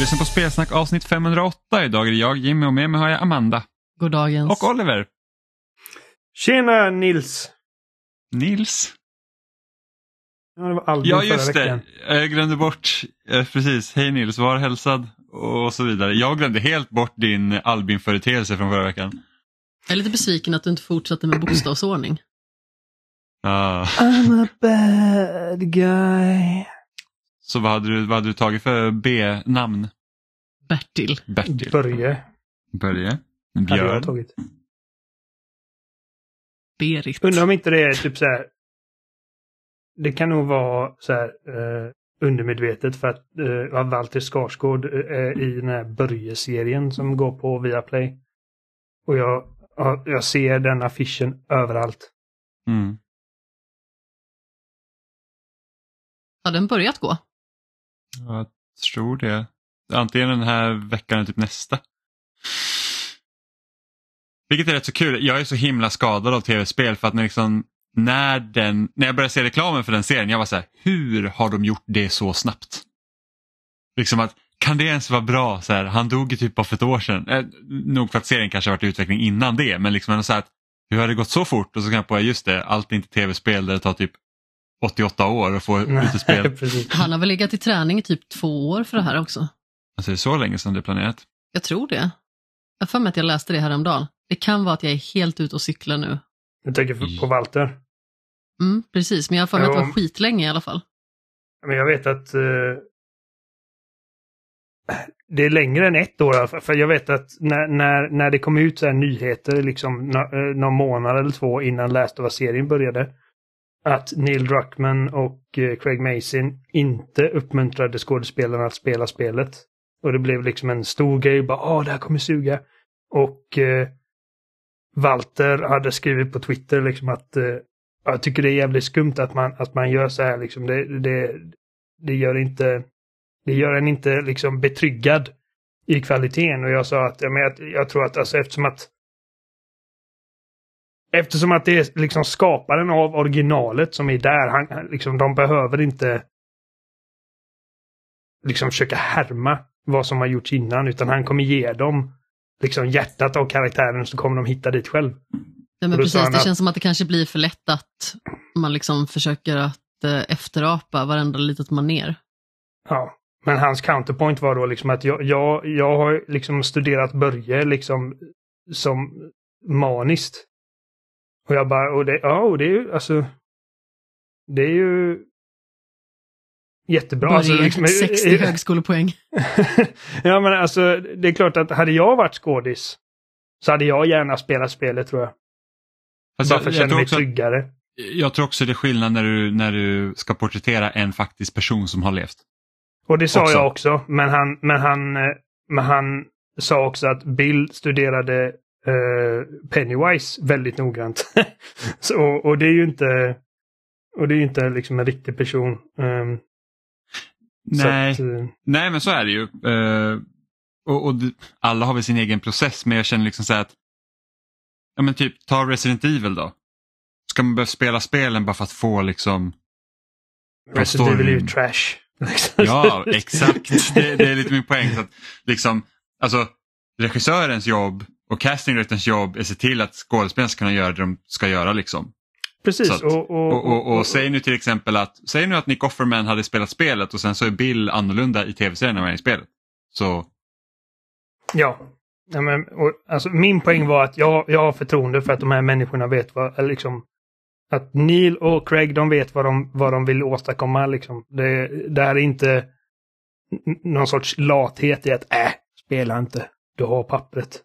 lyssnar på Spelsnack avsnitt 508. Idag är det jag, Jimmy, och med mig har jag Amanda. Goddagens. Och Oliver. Tjena Nils. Nils? Ja, det var Albin ja just förra det. veckan. Jag glömde bort, precis. Hej Nils, var hälsad och så vidare. Jag glömde helt bort din Albin-företeelse från förra veckan. Jag är lite besviken att du inte fortsatte med bokstavsordning. I'm a bad guy. Så vad hade du tagit för B-namn? Bertil. Börje. Börje. Hade jag Björn. tagit. Berit. Undrar om inte det är typ så här. Det kan nog vara så här undermedvetet för att Walter Skarsgård är i den här Börje-serien som går på Viaplay. Och jag ser den affischen överallt. Mm. Har den börjat gå? Jag tror det. Antingen den här veckan eller typ nästa. Vilket är rätt så kul. Jag är så himla skadad av tv-spel för att när jag började se reklamen för den serien, jag var så här, hur har de gjort det så snabbt? Liksom att, kan det ens vara bra? Så här, han dog ju typ bara för ett år sedan. Nog för att serien kanske har varit i utveckling innan det, men liksom så här, hur har det gått så fort? Och så kan jag på, just det, allt är inte tv-spel där det tar typ 88 år att få ut ett spel. Han har väl legat i träning i typ 2 år för det här också. Alltså det är så länge sedan det är planerat. Jag tror det. Jag får med att jag läste det här om dagen. Det kan vara att jag är helt ute och cyklar nu. Jag tänker på Walter. Precis, men jag får med att det var skitlänge i alla fall. Men jag vet att det är längre än 1 år. För jag vet att när det kom ut så här nyheter liksom någon månad eller 2 innan Last of Us-serien började, att Neil Druckmann och Craig Mazin inte uppmuntrade skådespelarna att spela spelet. Och det blev liksom en stor grej. Bara, det här kommer suga. Och Walter hade skrivit på Twitter liksom att jag tycker det är jävligt skumt att man gör så här. Liksom. Det gör en inte liksom betryggad i kvaliteten. Och jag sa att jag tror att alltså, eftersom att det är liksom skaparen av originalet som är där, liksom, de behöver inte liksom försöka härma vad som har gjorts innan, utan han kommer ge dem liksom hjärtat av karaktären, så kommer de hitta dit själv. Ja, men precis, det känns som att det kanske blir för lätt att man liksom försöker att efterapa varenda litet maner. Ja, men hans counterpoint var då liksom att jag har liksom studerat Börje liksom som maniskt. Och jag bara, det är ju alltså, det är ju jättebra. Börje, alltså, liksom, 60 högskolepoäng. Ja, men alltså det är klart att hade jag varit skådis så hade jag gärna spelat spelet, tror jag. Alltså, bara för att känna mig tryggare. Jag tror också det är skillnad när du ska porträttera en faktisk person som har levt. Och det sa jag också, men han sa också att Bill studerade Pennywise väldigt noggrant. och det är ju inte liksom en riktig person. Nej, men så är det ju. Alla har väl sin egen process, men jag känner liksom så här att, ja men typ, ta Resident Evil då. Ska man behöva spela spelen bara för att få liksom Resident Evil är ju trash. Ja, exakt. Det är lite min poäng. Så att, liksom, alltså, regissörens jobb och castingrättens jobb är att se till att skådespelarna ska kunna göra det de ska göra. Liksom. Precis. Att, och säg nu till exempel att Nick Offerman hade spelat spelet och sen så är Bill annorlunda i tv-serien än i spelet. Så... Ja, men, alltså, min poäng var att jag har förtroende för att de här människorna vet vad, eller liksom, att Neil och Craig, de vet vad de vill åstadkomma. Liksom. Det här är inte någon sorts lathet i att spela inte, du har pappret.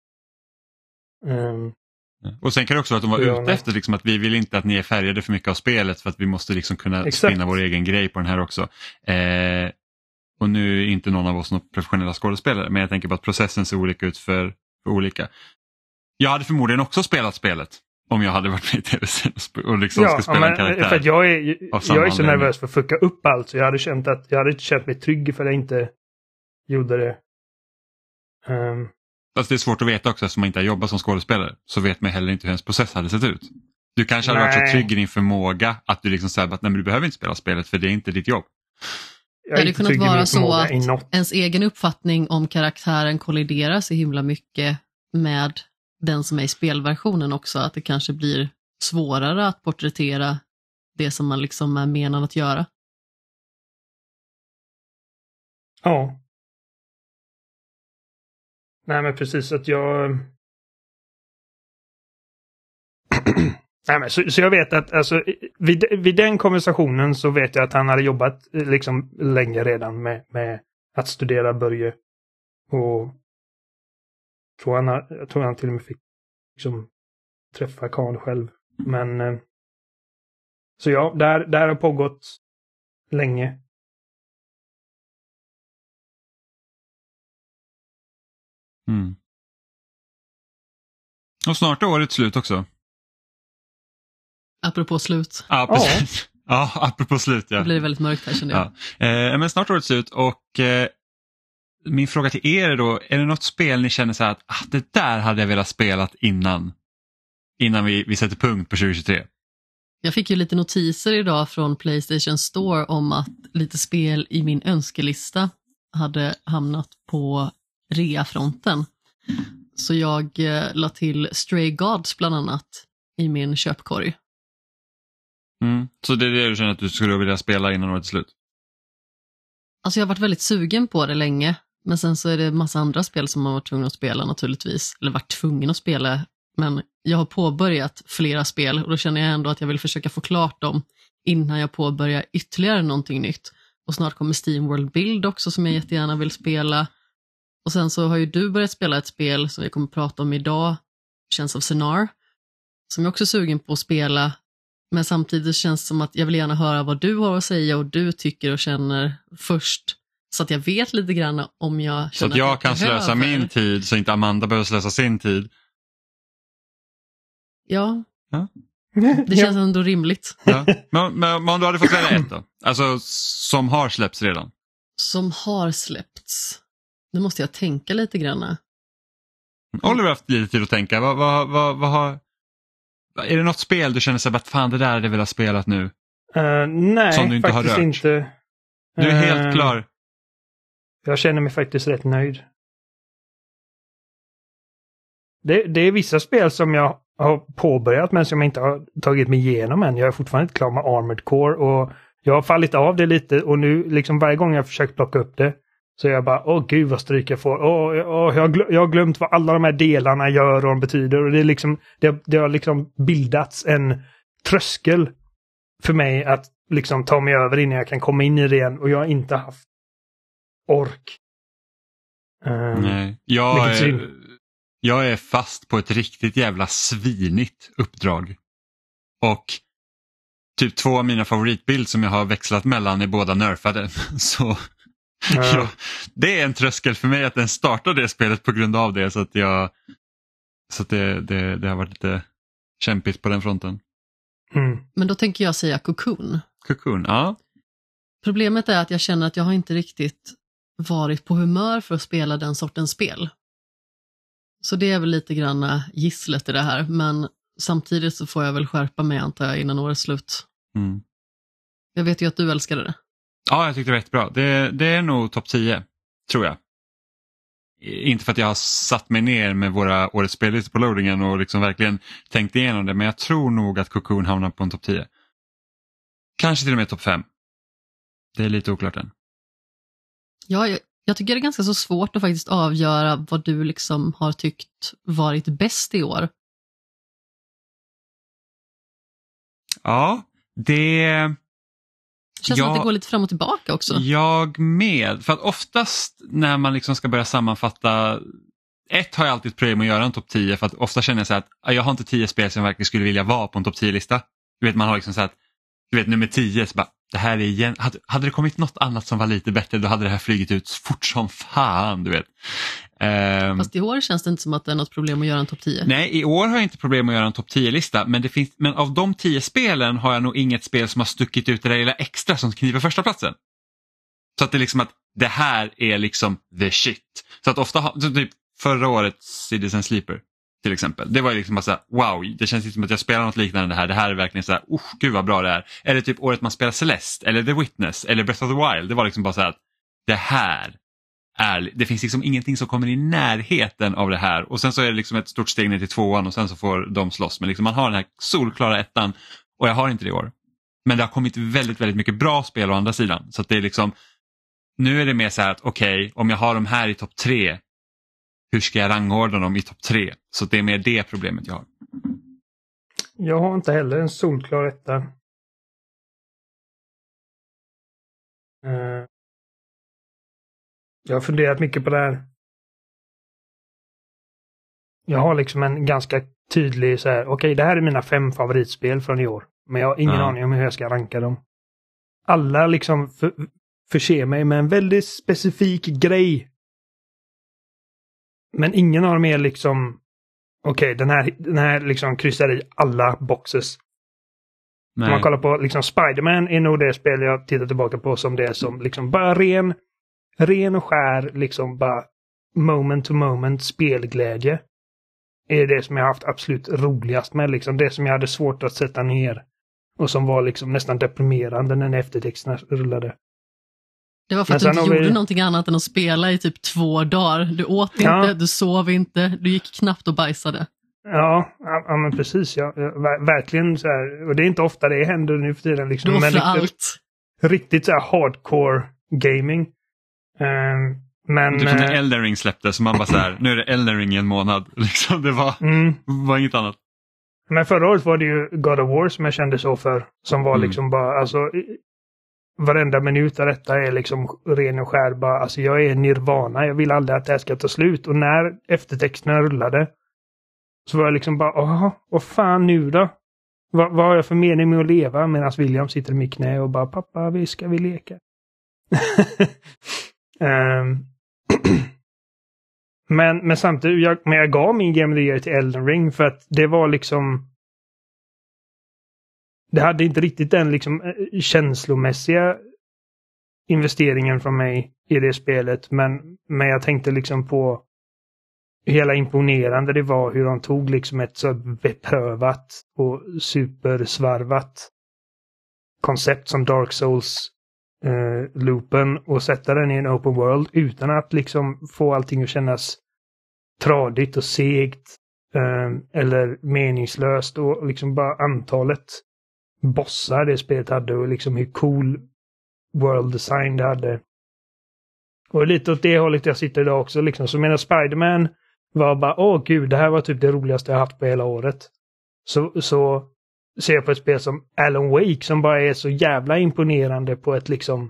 Och sen kan det också vara att de var ute efter liksom, att vi vill inte att ni är färgade för mycket av spelet, för att vi måste liksom kunna spinna vår egen grej på den här också. Och nu är inte någon av oss någon professionella skådespelare, men jag tänker på att processen ser olika ut för olika. Jag hade förmodligen också spelat spelet om jag hade varit med i tv-serien och liksom ska spela en karaktär. För att jag är så nervös för att fucka upp allt, så jag hade inte känt mig trygg för att jag inte gjorde det. Fast det är svårt att veta också, eftersom man inte har jobbat som skådespelare, så vet man heller inte hur ens process hade sett ut. Du kanske hade varit så trygg i din förmåga att du liksom säger att nej, men du behöver inte spela spelet för det är inte ditt jobb. jag hade det kunnat vara så att något. ens egen uppfattning om karaktären kolliderar så himla mycket med den som är i spelversionen också, att det kanske blir svårare att porträttera det som man liksom är menad att göra. Ja. Nej, men precis att jag... Nej, men så jag vet att alltså, vid den konversationen så vet jag att han hade jobbat liksom länge redan med att studera Börje. Och jag tror han till och med fick liksom träffa Khan själv. Men så ja, där har pågått länge. Mm. Och snart är året slut också. Apropå slut. Ja, precis. Ja, apropå slut. Ja. Det blir väldigt mörkt här, känner jag. Ja. Men snart är året slut och min fråga till er är då, är det något spel ni känner så här att det där hade jag velat spela innan vi sätter punkt på 2023? Jag fick ju lite notiser idag från PlayStation Store om att lite spel i min önskelista hade hamnat på reafronten. Så jag la till Stray Gods bland annat i min köpkorg. Så det är det du känner att du skulle vilja spela innan året är slut? Alltså jag har varit väldigt sugen på det länge, men sen så är det massa andra spel som man varit tvungen att spela naturligtvis. Eller varit tvungen att spela, men jag har påbörjat flera spel och då känner jag ändå att jag vill försöka få klart dem innan jag påbörjar ytterligare någonting nytt. Och snart kommer Steam World Build också som jag jättegärna vill spela. Och sen så har ju du börjat spela ett spel som vi kommer att prata om idag, Chance of Sonar, som jag också är sugen på att spela. Men samtidigt känns det som att jag vill gärna höra vad du har att säga och du tycker och känner först. Så att jag vet lite grann om jag känner så att jag kan slösa min tid så inte Amanda behöver slösa sin tid. Ja. Det känns ändå rimligt. Ja. Men om du hade fått välja ett då? Alltså som har släppts redan. Som har släppts. Nu måste jag tänka lite grann. Oliver har haft lite tid att tänka. Vad har... Är det något spel du känner sig att fan det där hade jag velat spela nu? Nej, som du inte faktiskt har rört? Inte. Du är helt klar. Jag känner mig faktiskt rätt nöjd. Det är vissa spel som jag har påbörjat men som jag inte har tagit mig igenom än. Jag är fortfarande inte klar med Armored Core och jag har fallit av det lite och nu liksom varje gång jag försökt plocka upp det så jag bara, gud vad stryk jag får. Jag har glömt vad alla de här delarna gör och de betyder och det är liksom det har liksom bildats en tröskel för mig att liksom ta mig över innan jag kan komma in i det igen och jag har inte haft ork. Nej. Jag är fast på ett riktigt jävla svinigt uppdrag. Och typ 2 av mina favoritbild som jag har växlat mellan är båda nerfade. Så det är en tröskel för mig att den startar det spelet på grund av det. Så att det har varit lite kämpigt på den fronten. Men då tänker jag säga Cocoon. Cocoon, ja. Problemet är att jag känner att jag har inte riktigt varit på humör för att spela den sortens spel. Så det är väl lite grann gisslet i det här. Men samtidigt så får jag väl skärpa mig antar jag innan årets slut. Jag vet ju att du älskade det. Ja, jag tyckte det var jättebra. Det är nog topp 10, tror jag. Inte för att jag har satt mig ner med våra årets spellistor på loadingen och liksom verkligen tänkt igenom det. Men jag tror nog att Cocoon hamnar på en topp 10. Kanske till och med topp 5. Det är lite oklart än. Ja, jag tycker det är ganska så svårt att faktiskt avgöra vad du liksom har tyckt varit bäst i år. Ja, det känns som att det går lite fram och tillbaka också. Jag med. För att oftast när man liksom ska börja sammanfatta... Har jag alltid ett problem att göra en topp 10. För att ofta känner jag så att jag har inte 10 spel som jag verkligen skulle vilja vara på en topp 10-lista. Du vet, man har liksom så att... Du vet, nummer 10 så bara... Det här är igen... Hade det kommit något annat som var lite bättre då hade det här flygit ut fort som fan, du vet. Fast i år känns det inte som att det är något problem att göra en topp 10. Nej, i år har jag inte problem att göra en topp 10-lista. Men av de 10 spelen har jag nog inget spel som har stuckit ut det där lilla extra som kniver första platsen. Så att det är liksom att det här är liksom the shit. Så att ofta typ förra året Citizen Sleeper. till exempel. Det var ju liksom bara så här, wow, det känns som att jag spelar något liknande här. Det här är verkligen så här, gud vad bra det är. Eller typ året man spelar Celeste eller The Witness eller Breath of the Wild. Det var liksom bara så här att det här det finns liksom ingenting som kommer i närheten av det här. Och sen så är det liksom ett stort steg ner till 2:an och sen så får de slåss. Men liksom man har den här solklara 1:an och jag har inte det i år. Men det har kommit väldigt, väldigt mycket bra spel å andra sidan. Så att det är liksom, nu är det mer så här att okej, om jag har de här i topp 3, hur ska jag rangordna dem i topp 3? Så det är mer det problemet jag har. Jag har inte heller en solklar 1:a. Jag har funderat mycket på det här. Jag har liksom en ganska tydlig så här, okej, det här är mina 5 favoritspel från i år. Men jag har ingen aning om hur jag ska ranka dem. Alla liksom förser mig med en väldigt specifik grej. Men ingen av dem är liksom, okej, den här liksom kryssar i alla boxes. Nej. Om man kollar på liksom Spider-Man är nog det spel jag tittar tillbaka på som det som liksom bara ren och skär liksom bara moment to moment spelglädje. Är det som jag haft absolut roligast med liksom. Det som jag hade svårt att sätta ner. Och som var liksom nästan deprimerande när eftertexterna rullade. Det var för att du inte gjorde någonting annat än att spela i typ 2 dagar. Du åt inte, du sov inte, du gick knappt och bajsade. Ja men precis. Verkligen så här. Och det är inte ofta det händer nu för tiden. Liksom. Du offrar allt. Riktigt så här hardcore gaming. Men typ som när Elden Ring släpptes, så man bara så här, nu är det Elden Ring i en månad. Liksom, det var inget annat. Men förra året var det ju God of War som jag kände så för. Som var liksom bara, alltså varenda minut av detta är liksom ren och skär bara, alltså jag är nirvana. Jag vill aldrig att det här ska ta slut. Och när eftertexterna rullade så var jag liksom bara, vad fan nu då? Vad har jag för mening med att leva? Medan William sitter i mitt knä och bara, pappa, vi ska leka. Men samtidigt, jag gav min Game of the Year till Elden Ring för att det var liksom, det hade inte riktigt den liksom känslomässiga investeringen från mig i det spelet, men jag tänkte liksom på hela imponerande det var hur de tog liksom ett så beprövat och supersvarvat koncept som Dark Souls loopen och sätta den i en open world utan att liksom få allting att kännas tradigt och segt eller meningslöst, och liksom bara antalet bossar det spelet hade och liksom hur cool world design det hade. Och lite åt det hållet jag sitter idag också liksom. Så medan Spider-Man var bara, gud, det här var typ det roligaste jag haft på hela året. Så ser jag på ett spel som Alan Wake som bara är så jävla imponerande på ett liksom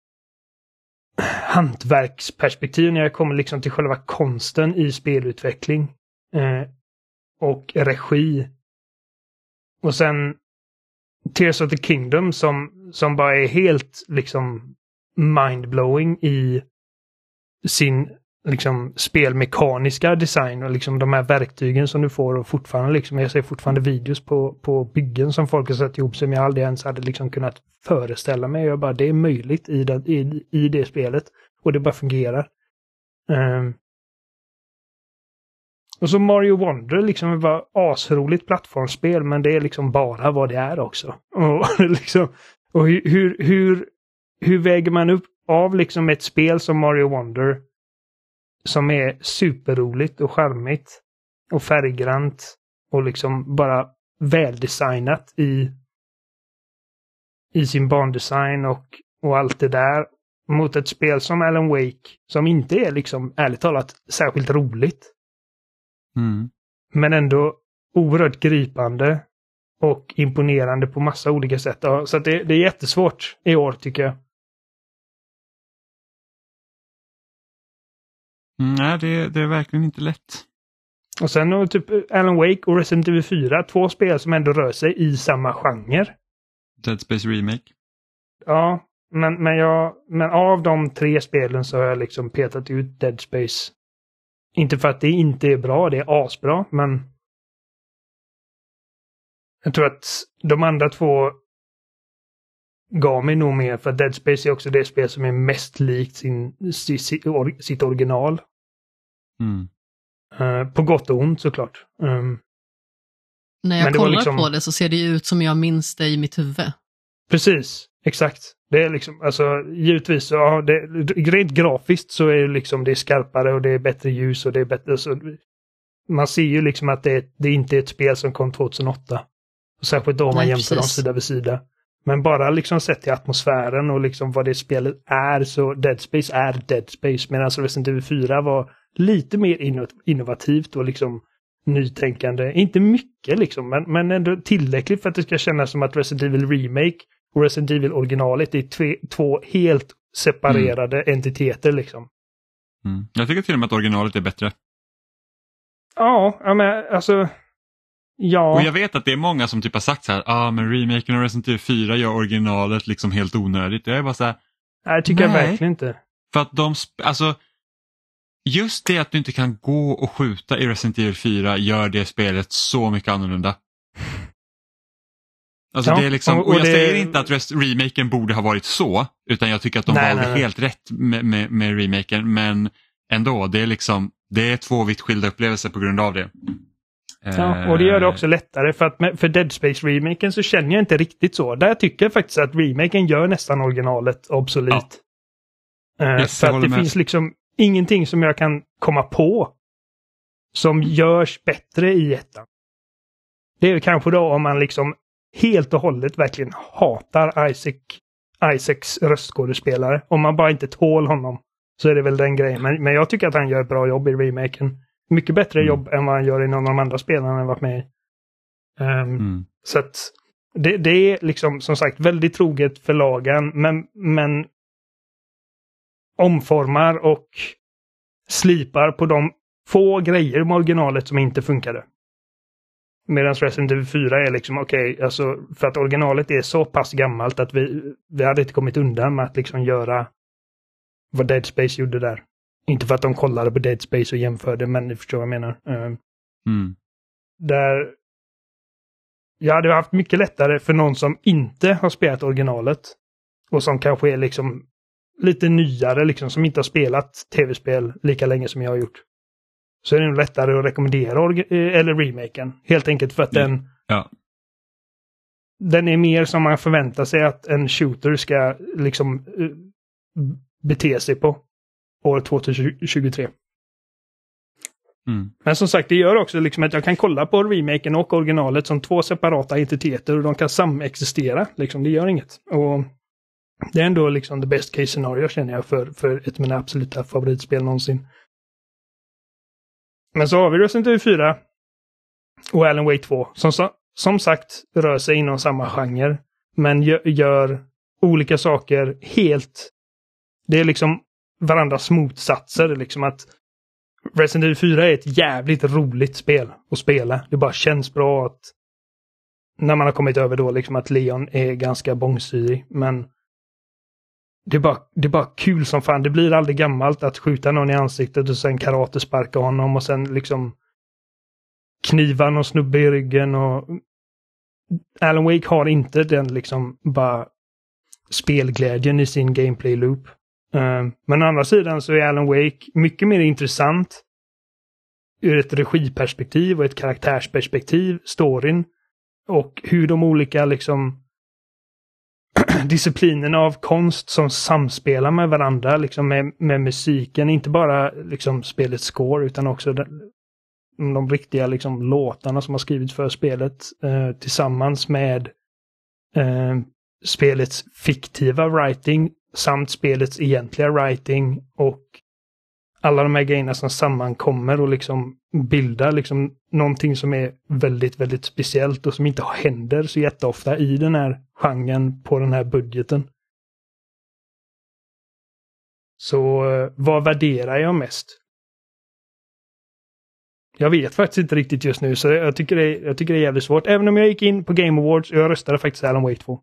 hantverksperspektiv när jag kommer liksom till själva konsten i spelutveckling och regi. Och sen Tears of the Kingdom som bara är helt liksom mindblowing i sin liksom spelmekaniska design och liksom de här verktygen som du får, och fortfarande liksom, jag ser fortfarande videos på byggen som folk har satt ihop som jag aldrig ens hade liksom kunnat föreställa mig. Jag bara, det är möjligt i det spelet och det bara fungerar. Och så Mario Wonder liksom var asroligt plattformsspel, men det är liksom bara vad det är också. Och hur väger man upp av liksom ett spel som Mario Wonder som är superroligt och charmigt och färggrant och liksom bara väldesignat i sin bandesign och allt det där, mot ett spel som Alan Wake som inte är liksom ärligt talat särskilt roligt. Men ändå oerhört gripande och imponerande på massa olika sätt. Så att det är jättesvårt i år tycker jag. Nej, det är verkligen inte lätt. Och sen typ Alan Wake och Resident Evil 4, 2 spel som ändå rör sig i samma genre. Dead Space Remake. Ja, men av de 3 spelen så har jag liksom petat ut Dead Space. Inte för att det inte är bra, det är asbra, men jag tror att de andra 2 gav mig nog mer, för Dead Space är också det spel som är mest likt sitt original. På gott och ont såklart. När jag men det var kollar liksom... på det så ser det ju ut som jag minns det i mitt huvud. Precis, exakt. Det är liksom, alltså givetvis, ja, rent grafiskt så är det liksom, det är skarpare och det är bättre ljus och det är bättre, så man ser ju liksom att det inte är ett spel som kom 2008. Och särskilt då man jämför dem sida vid sida. Men bara liksom sett till atmosfären och liksom vad det spelet är, så Dead Space är Dead Space, medan Resident Evil 4 var lite mer innovativt och liksom nytänkande. Inte mycket liksom, men ändå tillräckligt för att det ska kännas som att Resident Evil Remake och Resident Evil originalet är två helt separerade entiteter liksom. Jag tycker till och med att originalet är bättre. Ja, men alltså... Ja. Och jag vet att det är många som typ har sagt så här, men remaken av Resident Evil 4 gör originalet liksom helt onödigt. Jag är bara så här, nej, jag tycker jag verkligen inte. För att alltså just det att du inte kan gå och skjuta i Resident Evil 4 gör det spelet så mycket annorlunda. Alltså det är liksom, och jag säger inte att remaken borde ha varit så, utan jag tycker att de valde helt rätt med remaken, men ändå, det är liksom, det är två vitt skilda upplevelser på grund av det. Ja, och det gör det också lättare för att för Dead Space-remaken så känner jag inte riktigt så. Där tycker jag faktiskt att remaken gör nästan originalet obsolet. För att det finns liksom ingenting som jag kan komma på som görs bättre i ettan. Det är kanske då om man liksom helt och hållet verkligen hatar Isaacs röstskådespelare. Om man bara inte tål honom så är det väl den grejen. Men jag tycker att han gör ett bra jobb i remaken. Mycket bättre jobb än vad han gör i någon av de andra spelarna han varit med i. Så att det är liksom som sagt väldigt troget för lagen, men omformar och slipar på de få grejer med originalet som inte funkade. Medan Resident Evil 4 är liksom okej, alltså för att originalet är så pass gammalt att vi hade inte kommit undan med att liksom göra vad Dead Space gjorde där. Inte för att de kollade på Dead Space och jämförde, men ni förstår vad jag menar. Där jag hade haft mycket lättare för någon som inte har spelat originalet och som kanske är liksom lite nyare, liksom, som inte har spelat tv-spel lika länge som jag har gjort. Så är det nog lättare att rekommendera eller remaken. Helt enkelt för att den är mer som man förväntar sig att en shooter ska liksom bete sig på år 2023. Men som sagt, det gör också liksom att jag kan kolla på remaken och originalet som två separata entiteter och de kan samexistera. Liksom, det gör inget. Och det är ändå liksom the best case scenario känner jag för ett av mina absoluta favoritspel någonsin. Men så har vi Resident Evil 4 och Alan Wake 2 som sagt rör sig inom samma genre men gör olika saker helt. Det är liksom varandras motsatser. Liksom att Resident Evil 4 är ett jävligt roligt spel att spela. Det bara känns bra att när man har kommit över då liksom att Leon är ganska bångstyrig, men det är bara kul som fan. Det blir aldrig gammalt att skjuta någon i ansiktet och sen karatesparka honom och sen liksom kniva någon snubbe i ryggen. Och Alan Wake har inte den liksom bara spelglädjen i sin gameplay loop. Men å andra sidan så är Alan Wake mycket mer intressant ur ett regiperspektiv och ett karaktärsperspektiv, storyn och hur de olika liksom disciplinerna av konst som samspelar med varandra liksom med musiken, inte bara liksom spelets score utan också de riktiga liksom låtarna som har skrivits för spelet tillsammans med spelets fiktiva writing samt spelets egentliga writing och alla de här grejerna som sammankommer och liksom bildar liksom någonting som är väldigt, väldigt speciellt och som inte händer så jätteofta i den här genren på den här budgeten. Så vad värderar jag mest? Jag vet faktiskt inte riktigt just nu, så jag tycker det är jävligt svårt. Även om jag gick in på Game Awards och jag röstade faktiskt Alan Wake 2.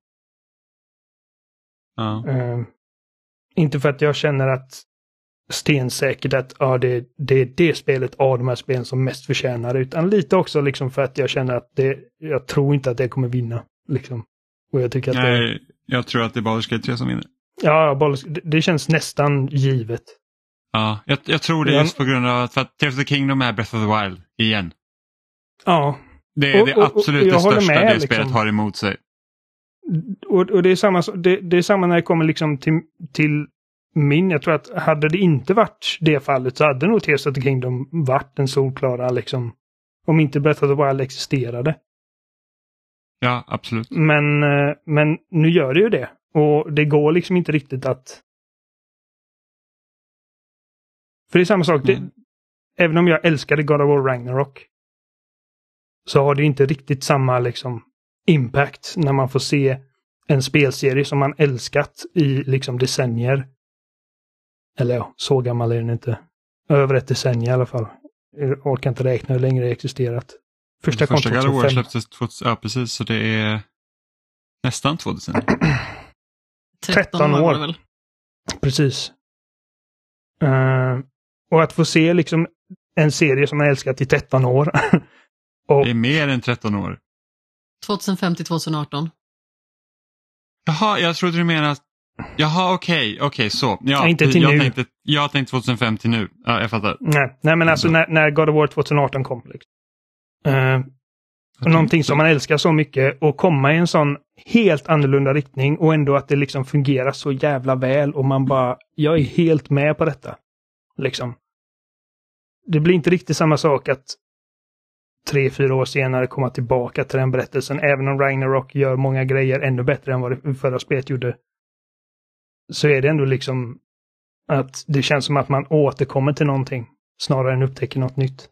Inte för att jag känner att stensäkert att det är det spelet av de här spelen som mest förtjänar, utan lite också liksom för att jag känner att jag tror inte att det kommer vinna liksom. Och jag tycker att jag tror att det är Baldur's Gate 3 som vinner. Ja, det känns nästan givet. Ja, jag tror det är just på grund av att Tears of the Kingdom är Breath of the Wild igen. Ja. Det är det absolut det största med, det spelet har emot sig. Och det är samma när det kommer liksom till min. Jag tror att hade det inte varit det fallet så hade nog Tears of the Kingdom varit en solklara liksom. Om inte Breath of the Wild existerade. Ja, absolut. Men nu gör det ju det. Och det går liksom inte riktigt att... För det är samma sak. Även om jag älskade God of War Ragnarok så har det inte riktigt samma liksom impact när man får se en spelserie som man älskat i liksom decennier. Eller ja, så gammal är den inte. Över ett decennium i alla fall. Jag orkar inte räkna hur länge det existerat. Första God of War släpptes 2000, ja precis, så det är nästan 2 decennier. 13 år. Väl? Precis. Och att få se liksom en serie som man älskat i 13 år. Och... Det är mer än 13 år. 2005 till 2018. Jaha, jag trodde du menade... Jaha, okej, så. Ja, inte till nu. Jag tänkte 2005 till nu. Ja, jag fattar. Nej men alltså när God of War 2018 kom. Liksom. Någonting som man älskar så mycket och komma i en sån helt annorlunda riktning och ändå att det liksom fungerar så jävla väl och man bara, jag är helt med på detta. Liksom. Det blir inte riktigt samma sak att 3-4 år senare komma tillbaka till den berättelsen, även om Ragnarok gör många grejer ännu bättre än vad det förra spelet gjorde. Så är det ändå liksom att det känns som att man återkommer till någonting snarare än upptäcker något nytt.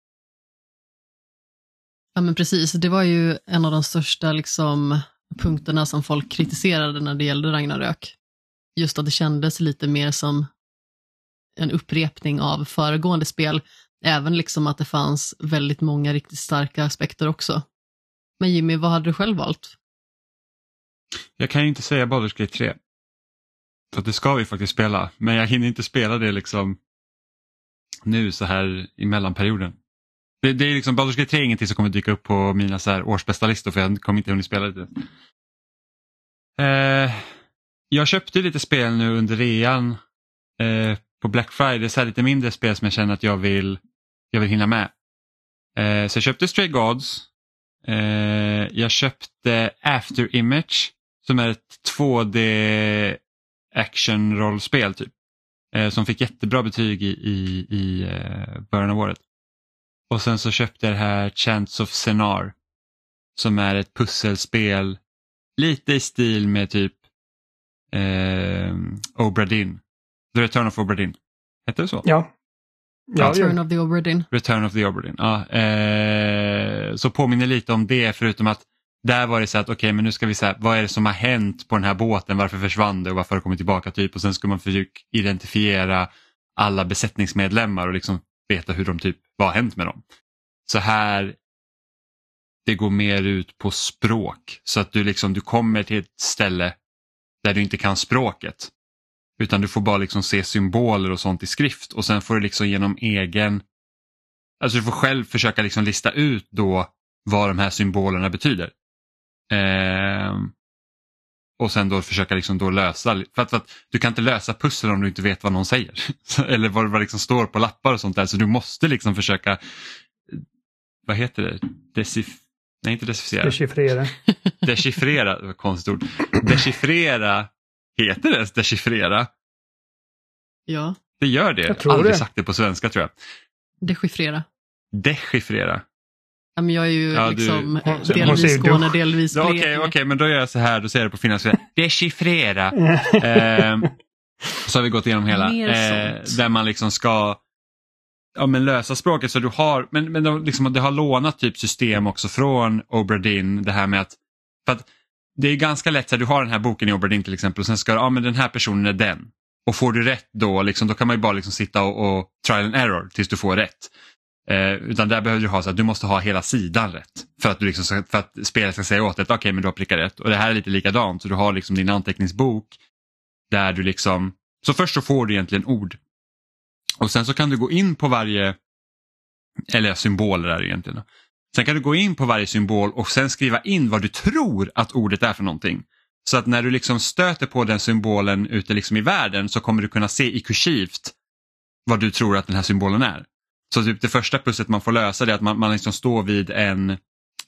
Ja men precis, det var ju en av de största liksom punkterna som folk kritiserade när det gällde Ragnarök. Just att det kändes lite mer som en upprepning av föregående spel. Även liksom att det fanns väldigt många riktigt starka aspekter också. Men Jimmy, vad hade du själv valt? Jag kan ju inte säga Baldur's Gate 3. För det ska vi faktiskt spela. Men jag hinner inte spela det liksom nu så här i mellanperioden. Det är liksom, Baldur's Gate 3 är ingenting som kommer dyka upp på mina så här årsbästa listor för jag kommer inte hunnit spela det. Jag köpte lite spel nu under rean på Black Friday, så här lite mindre spel som jag känner att jag vill hinna med. Så jag köpte Stray Gods. Jag köpte After Image som är ett 2D action-rollspel typ. Som fick jättebra betyg i början av året. Och sen så köpte jag det här Chants of Sennaar som är ett pusselspel lite i stil med typ Obra Dinn. The Return of Obra Dinn. Heter det så? Ja. Return of the Obra Dinn. Return of the Obra Dinn, ja. Så påminner lite om det förutom att där var det så att okej, men nu ska vi säga vad är det som har hänt på den här båten, varför försvann det och varför har det kommit tillbaka typ och sen ska man försöka identifiera alla besättningsmedlemmar och liksom veta hur de typ, vad har hänt med dem. Så här det går mer ut på språk så att du kommer till ett ställe där du inte kan språket utan du får bara liksom se symboler och sånt i skrift och sen får du liksom genom du får själv försöka liksom lista ut då vad de här symbolerna betyder. Och sen då försöka liksom då lösa, för att du kan inte lösa pussel om du inte vet vad någon säger eller vad liksom står på lappar och sånt där, så du måste liksom försöka, vad heter det, dechiffrera, det var konstigt ord. Dechiffrera, heter det dechiffrera? Ja. Det gör det, jag aldrig sagt det på svenska tror jag. Dechiffrera. Ja, men jag är ju delvis Skåne, delvis Blekinge. Okej, men då gör jag så här, då säger jag det på finlandssvenska. Dechiffrera. Så har vi gått igenom hela. Där man liksom ska lösa språket så du har, men liksom, det har lånat typ system också från Obra Dinn, det här med att, för att det är ganska lätt så du har den här boken i Obra Dinn till exempel och sen ska men den här personen är den. Och får du rätt då, liksom, då kan man ju bara liksom sitta och trial and error tills du får rätt. Utan där behöver du ha så att du måste ha hela sidan rätt för att, för att spelet ska säga åt dig okej, men du har prickat rätt. Och det här är lite likadant, så du har liksom din anteckningsbok där du liksom, så först så får du egentligen ord. Och sen så kan du gå in på varje, eller symboler där egentligen. Sen kan du gå in på varje symbol och sen skriva in vad du tror att ordet är för någonting. Så att när du liksom stöter på den symbolen ute liksom i världen så kommer du kunna se i kursivt vad du tror att den här symbolen är. Så typ det första pusslet man får lösa det är att man liksom står vid en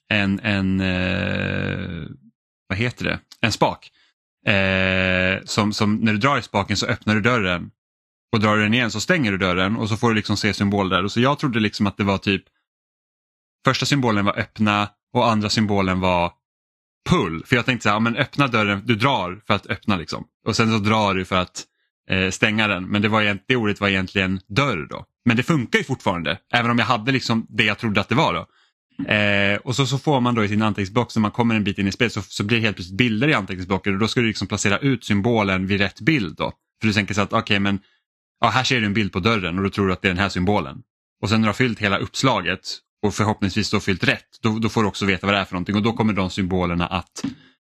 vad heter det? En spak. Som när du drar i spaken så öppnar du dörren och drar du den igen så stänger du dörren och så får du liksom se symbol där. Och så jag trodde liksom att det var typ första symbolen var öppna och andra symbolen var pull. För jag tänkte så här, ja, men öppna dörren, du drar för att öppna liksom. Och sen så drar du för att stänga den. Men det ordet var egentligen dörr då. Men det funkar ju fortfarande. Även om jag hade liksom det jag trodde att det var då. Och så får man då i sin anteckningsblock när man kommer en bit in i spelet så blir det helt plötsligt bilder i anteckningsblocken och då ska du liksom placera ut symbolen vid rätt bild då. För du tänker så att okej, men ja, här ser du en bild på dörren och då tror du att det är den här symbolen. Och sen när du har fyllt hela uppslaget och förhoppningsvis då fyllt rätt, då får du också veta vad det är för någonting och då kommer de symbolerna att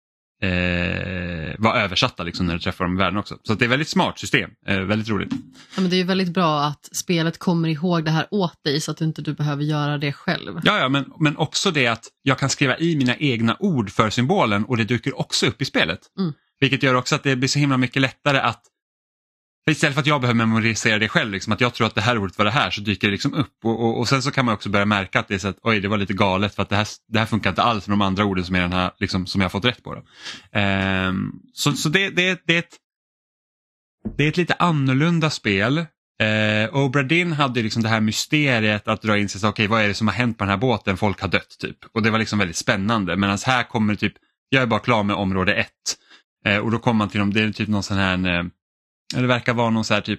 vara översatta liksom när du träffar dem i världen också. Så det är ett väldigt smart system, väldigt roligt. Ja, men det är ju väldigt bra att spelet kommer ihåg det här åt dig så att inte du behöver göra det själv. Ja, men också det att jag kan skriva i mina egna ord för symbolen och det dyker också upp i spelet. Vilket gör också att det blir så himla mycket lättare att istället för att jag behöver memorisera det själv, liksom, att jag tror att det här ordet var det här så dyker det liksom upp och sen så kan man också börja märka att det är så att oj, det var lite galet för att det här funkar inte alls med de andra orden som är den här, liksom, som jag har fått rätt på. Då. Så det är ett lite annorlunda spel. Obra Dinn hade liksom det här mysteriet att dra in sig så okej, vad är det som har hänt på den här båten? Folk har dött typ. Och det var liksom väldigt spännande. Medan här kommer typ, jag är bara klar med område 1. Och då kommer man till det är typ någon sån här det verkar vara någon så här typ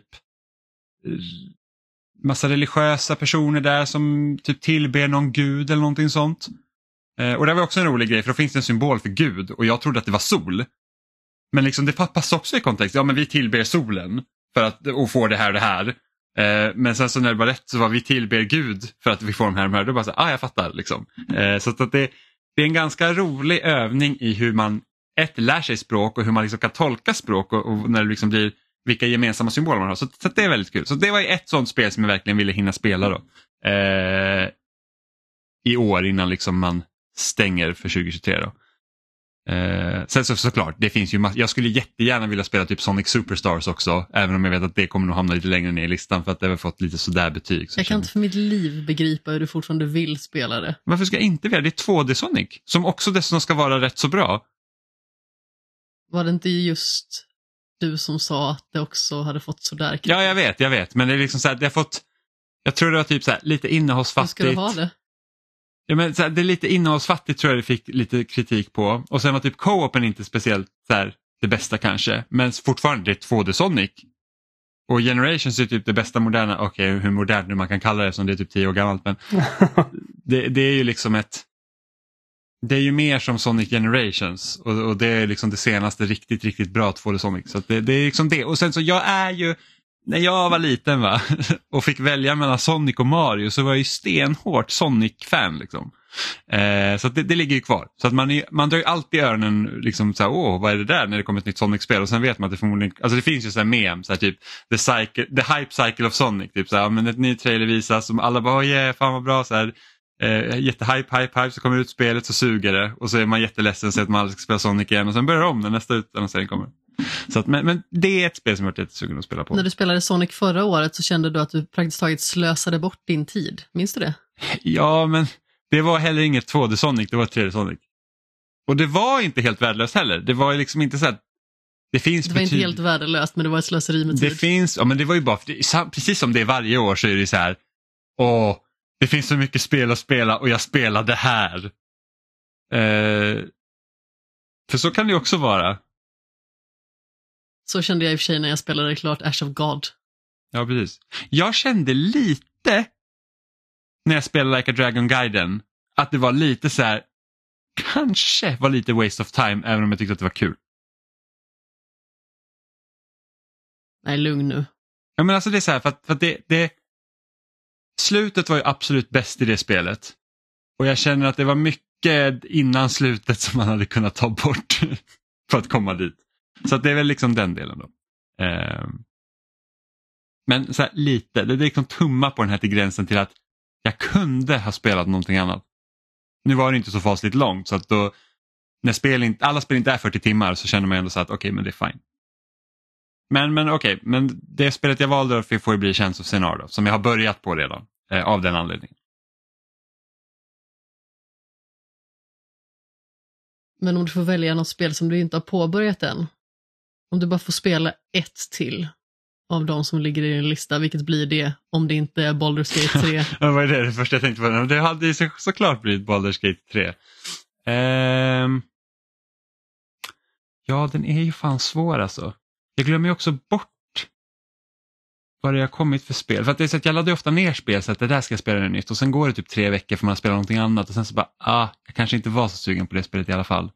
massa religiösa personer där som typ tillber någon gud eller någonting sånt. Och det var också en rolig grej för då finns det en symbol för gud och jag trodde att det var sol. Men liksom det passar också i kontext. Ja, men vi tillber solen för att och får det här och det här. Men sen så när det var rätt så var vi tillber Gud för att vi får de här. Då bara så jag fattar liksom. Så att det är en ganska rolig övning i hur man lär sig språk och hur man liksom kan tolka språk och när det liksom blir vilka gemensamma symboler man har. Så det är väldigt kul. Så det var ett sånt spel som jag verkligen ville hinna spela då. I år innan liksom man stänger för 2023 då. Sen såklart, det finns ju jag skulle jättegärna vilja spela typ Sonic Superstars också, även om jag vet att det kommer nog hamna lite längre ner i listan för att det har fått lite sådär betyg. Så jag kan inte för mitt liv begripa hur du fortfarande vill spela det. Varför ska jag inte vilja? Det är 2D Sonic som också dessutom ska vara rätt så bra. Var det inte just du som sa att det också hade fått sådär kritik? Ja, jag vet, men det är liksom så här, det har fått, jag tror det var typ så här, lite innehållsfattigt. Hur ska du ha det? Ja, men så här, det är lite innehållsfattigt tror jag det fick lite kritik på. Och sen var typ co-open inte speciellt så här, det bästa kanske. Men fortfarande det är 2D Sonic. Och Generations är typ det bästa moderna. Okej, hur modernt nu man kan kalla det som det är typ 10 år gammalt. Men det är ju liksom det är ju mer som Sonic Generations. Och det är liksom det senaste riktigt, riktigt bra 2D Sonic. Så det är liksom det. Och sen så jag är ju, när jag var liten och fick välja mellan Sonic och Mario så var jag ju stenhårt Sonic-fan liksom. Så att det ligger ju kvar. Så att man drar ju alltid i öronen liksom såhär, vad är det där när det kommer ett nytt Sonic-spel? Och sen vet man att det förmodligen, alltså det finns ju såhär mem, såhär typ the hype cycle of Sonic, typ såhär, men ett ny trailer visas som alla bara, fan vad bra, såhär. Jättehype, så kommer ut spelet så suger det och så är man jätteledsen så att man aldrig ska spela Sonic igen och sen börjar om när nästa utannonsering kommer. Så att, men det är ett spel som jag varit jättesugen att spela på. När du spelade Sonic förra året så kände du att du praktiskt taget slösade bort din tid. Minns du det? Ja, men det var heller inget 2D Sonic, det var 3D Sonic. Och det var inte helt värdelöst heller. Det var liksom inte så att det var inte helt värdelöst, men det var ett slöseri med tid. Det finns, ja men det var ju bara, precis som det är varje år så är det så här, det finns så mycket spel att spela och jag spelar det här. För så kan det också vara. Så kände jag i och för sig när jag spelade klart Ash of God. Ja, precis. Jag kände lite när jag spelade Like a Dragon Gaiden att det var lite så här, kanske var lite waste of time även om jag tyckte att det var kul. Nej, lugn nu. Ja, men alltså det är så här för att det slutet var ju absolut bäst i det spelet. Och jag känner att det var mycket innan slutet som man hade kunnat ta bort för att komma dit. Så att det är väl liksom den delen då. Men så här, lite, det är liksom tumma på den här till gränsen till att jag kunde ha spelat någonting annat. Nu var det inte så fasligt långt så att då när alla spel inte är 40 timmar så känner man ändå så att okej, men det är fine. Men okej, men det spelet jag valde får ju bli Chance of Sinar då, som jag har börjat på redan av den anledningen. Men om du får välja något spel som du inte har påbörjat än, om du bara får spela ett till av de som ligger i din lista, vilket blir det om det inte är Baldur's Gate 3? Vad är det första jag tänkte på? Det hade ju såklart blivit Baldur's Gate 3. Ja, den är ju fan svår alltså. Jag glömmer ju också bort vad det har kommit för spel. För att det är så att jag laddar ofta ner spel så att det där ska jag spela det nytt. Och sen går det typ 3 veckor för man spelar någonting annat. Och sen så bara, jag kanske inte var så sugen på det spelet i alla fall.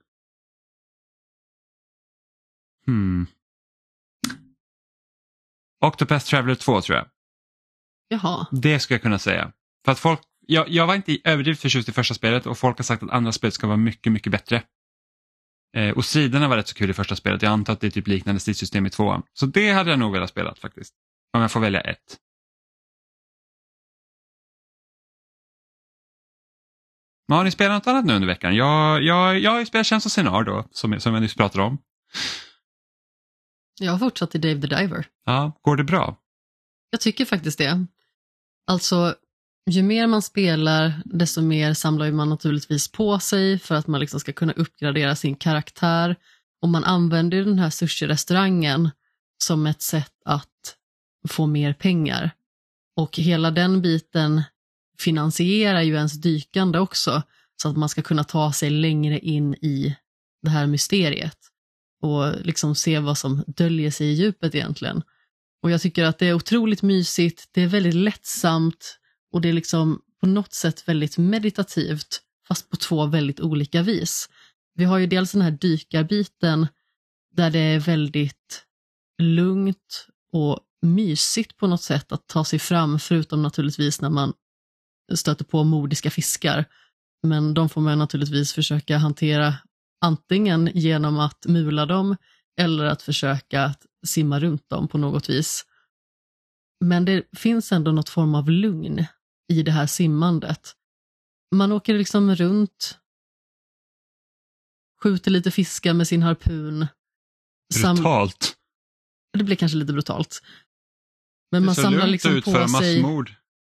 Octopath Traveler 2 tror jag. Jaha. Det ska jag kunna säga. För att jag var inte överdrivet förtjust i första spelet och folk har sagt att andra spel ska vara mycket, mycket bättre. Och striderna var rätt så kul i första spelet. Jag antar att det är typ liknande stridssystem i 2:an. Så det hade jag nog velat spela faktiskt. Om jag får välja ett. Men har ni spelat något annat nu under veckan? Jag har ju spelat Chance of Sinar då, som jag nyss pratade om. Jag har fortsatt till Dave the Diver. Ja, går det bra? Jag tycker faktiskt det. Alltså, ju mer man spelar, desto mer samlar man naturligtvis på sig för att man liksom ska kunna uppgradera sin karaktär. Och man använder den här sushi-restaurangen som ett sätt att få mer pengar. Och hela den biten finansierar ju ens dykande också, så att man ska kunna ta sig längre in i det här mysteriet och liksom se vad som döljer sig i djupet egentligen. Och jag tycker att det är otroligt mysigt, det är väldigt lättsamt och det är liksom på något sätt väldigt meditativt, fast på 2 väldigt olika vis. Vi har ju dels den här dykarbiten där det är väldigt lugnt och mysigt på något sätt att ta sig fram, förutom naturligtvis när man stöter på modiska fiskar. Men de får man naturligtvis försöka hantera antingen genom att mula dem eller att försöka att simma runt dem på något vis. Men det finns ändå något form av lugn i det här simmandet. Man åker liksom runt, skjuter lite fiskar med sin harpun. Brutalt. Det blir kanske lite brutalt. Men man så samlar liksom på sig massmord.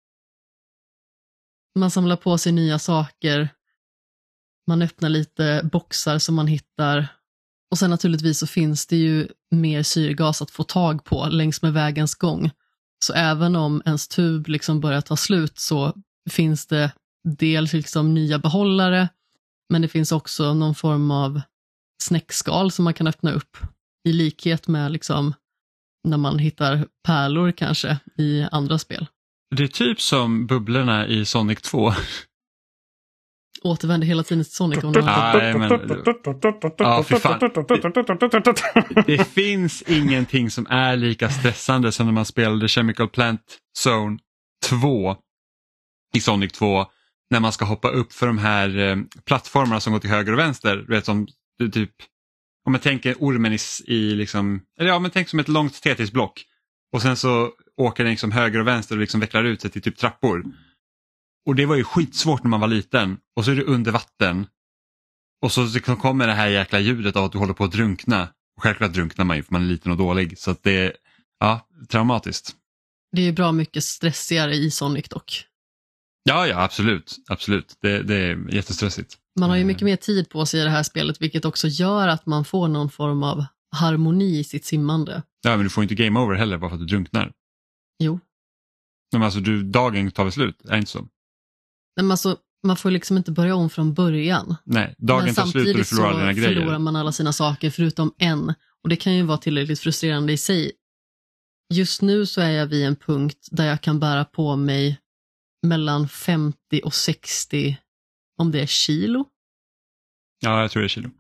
Man samlar på sig nya saker. Man öppnar lite boxar som man hittar. Och sen naturligtvis så finns det ju mer syrgas att få tag på längs med vägens gång. Så även om ens tub liksom börjar ta slut så finns det dels liksom nya behållare, men det finns också någon form av snäckskal som man kan öppna upp i likhet med liksom när man hittar pärlor kanske i andra spel. Det är typ som bubblorna i Sonic 2. Återvänder hela tiden till Sonic. Nej, men... Ja, för fan. Det finns ingenting som är lika stressande som när man spelade Chemical Plant Zone 2 i Sonic 2. När man ska hoppa upp för de här plattformarna som går till höger och vänster. Du vet, som typ... Om man tänker ormen i liksom... Eller ja, men tänk som ett långt Tetris-block. Och sen så åker den liksom höger och vänster och liksom vecklar ut sig till typ trappor. Och det var ju skitsvårt när man var liten. Och så är du under vatten. Och så kommer det här jäkla ljudet av att du håller på att drunkna. Och självklart drunknar man ju för man är liten och dålig. Så att det är traumatiskt. Det är ju bra mycket stressigare i Sonic dock. Ja, absolut. Absolut. Det är jättestressigt. Man har ju mycket mer tid på sig i det här spelet, vilket också gör att man får någon form av harmoni i sitt simmande. Ja, men du får inte game over heller bara för att du drunknar. Jo. Men alltså, dagen tar väl slut, är det inte så? Men alltså, man får liksom inte börja om från början. Nej, dagen tar slut och du förlorar dina grejer. Samtidigt så förlorar man alla sina saker förutom en. Och det kan ju vara tillräckligt frustrerande i sig. Just nu så är jag vid en punkt där jag kan bära på mig mellan 50 och 60, om det är kilo. Ja, jag tror det är kilo.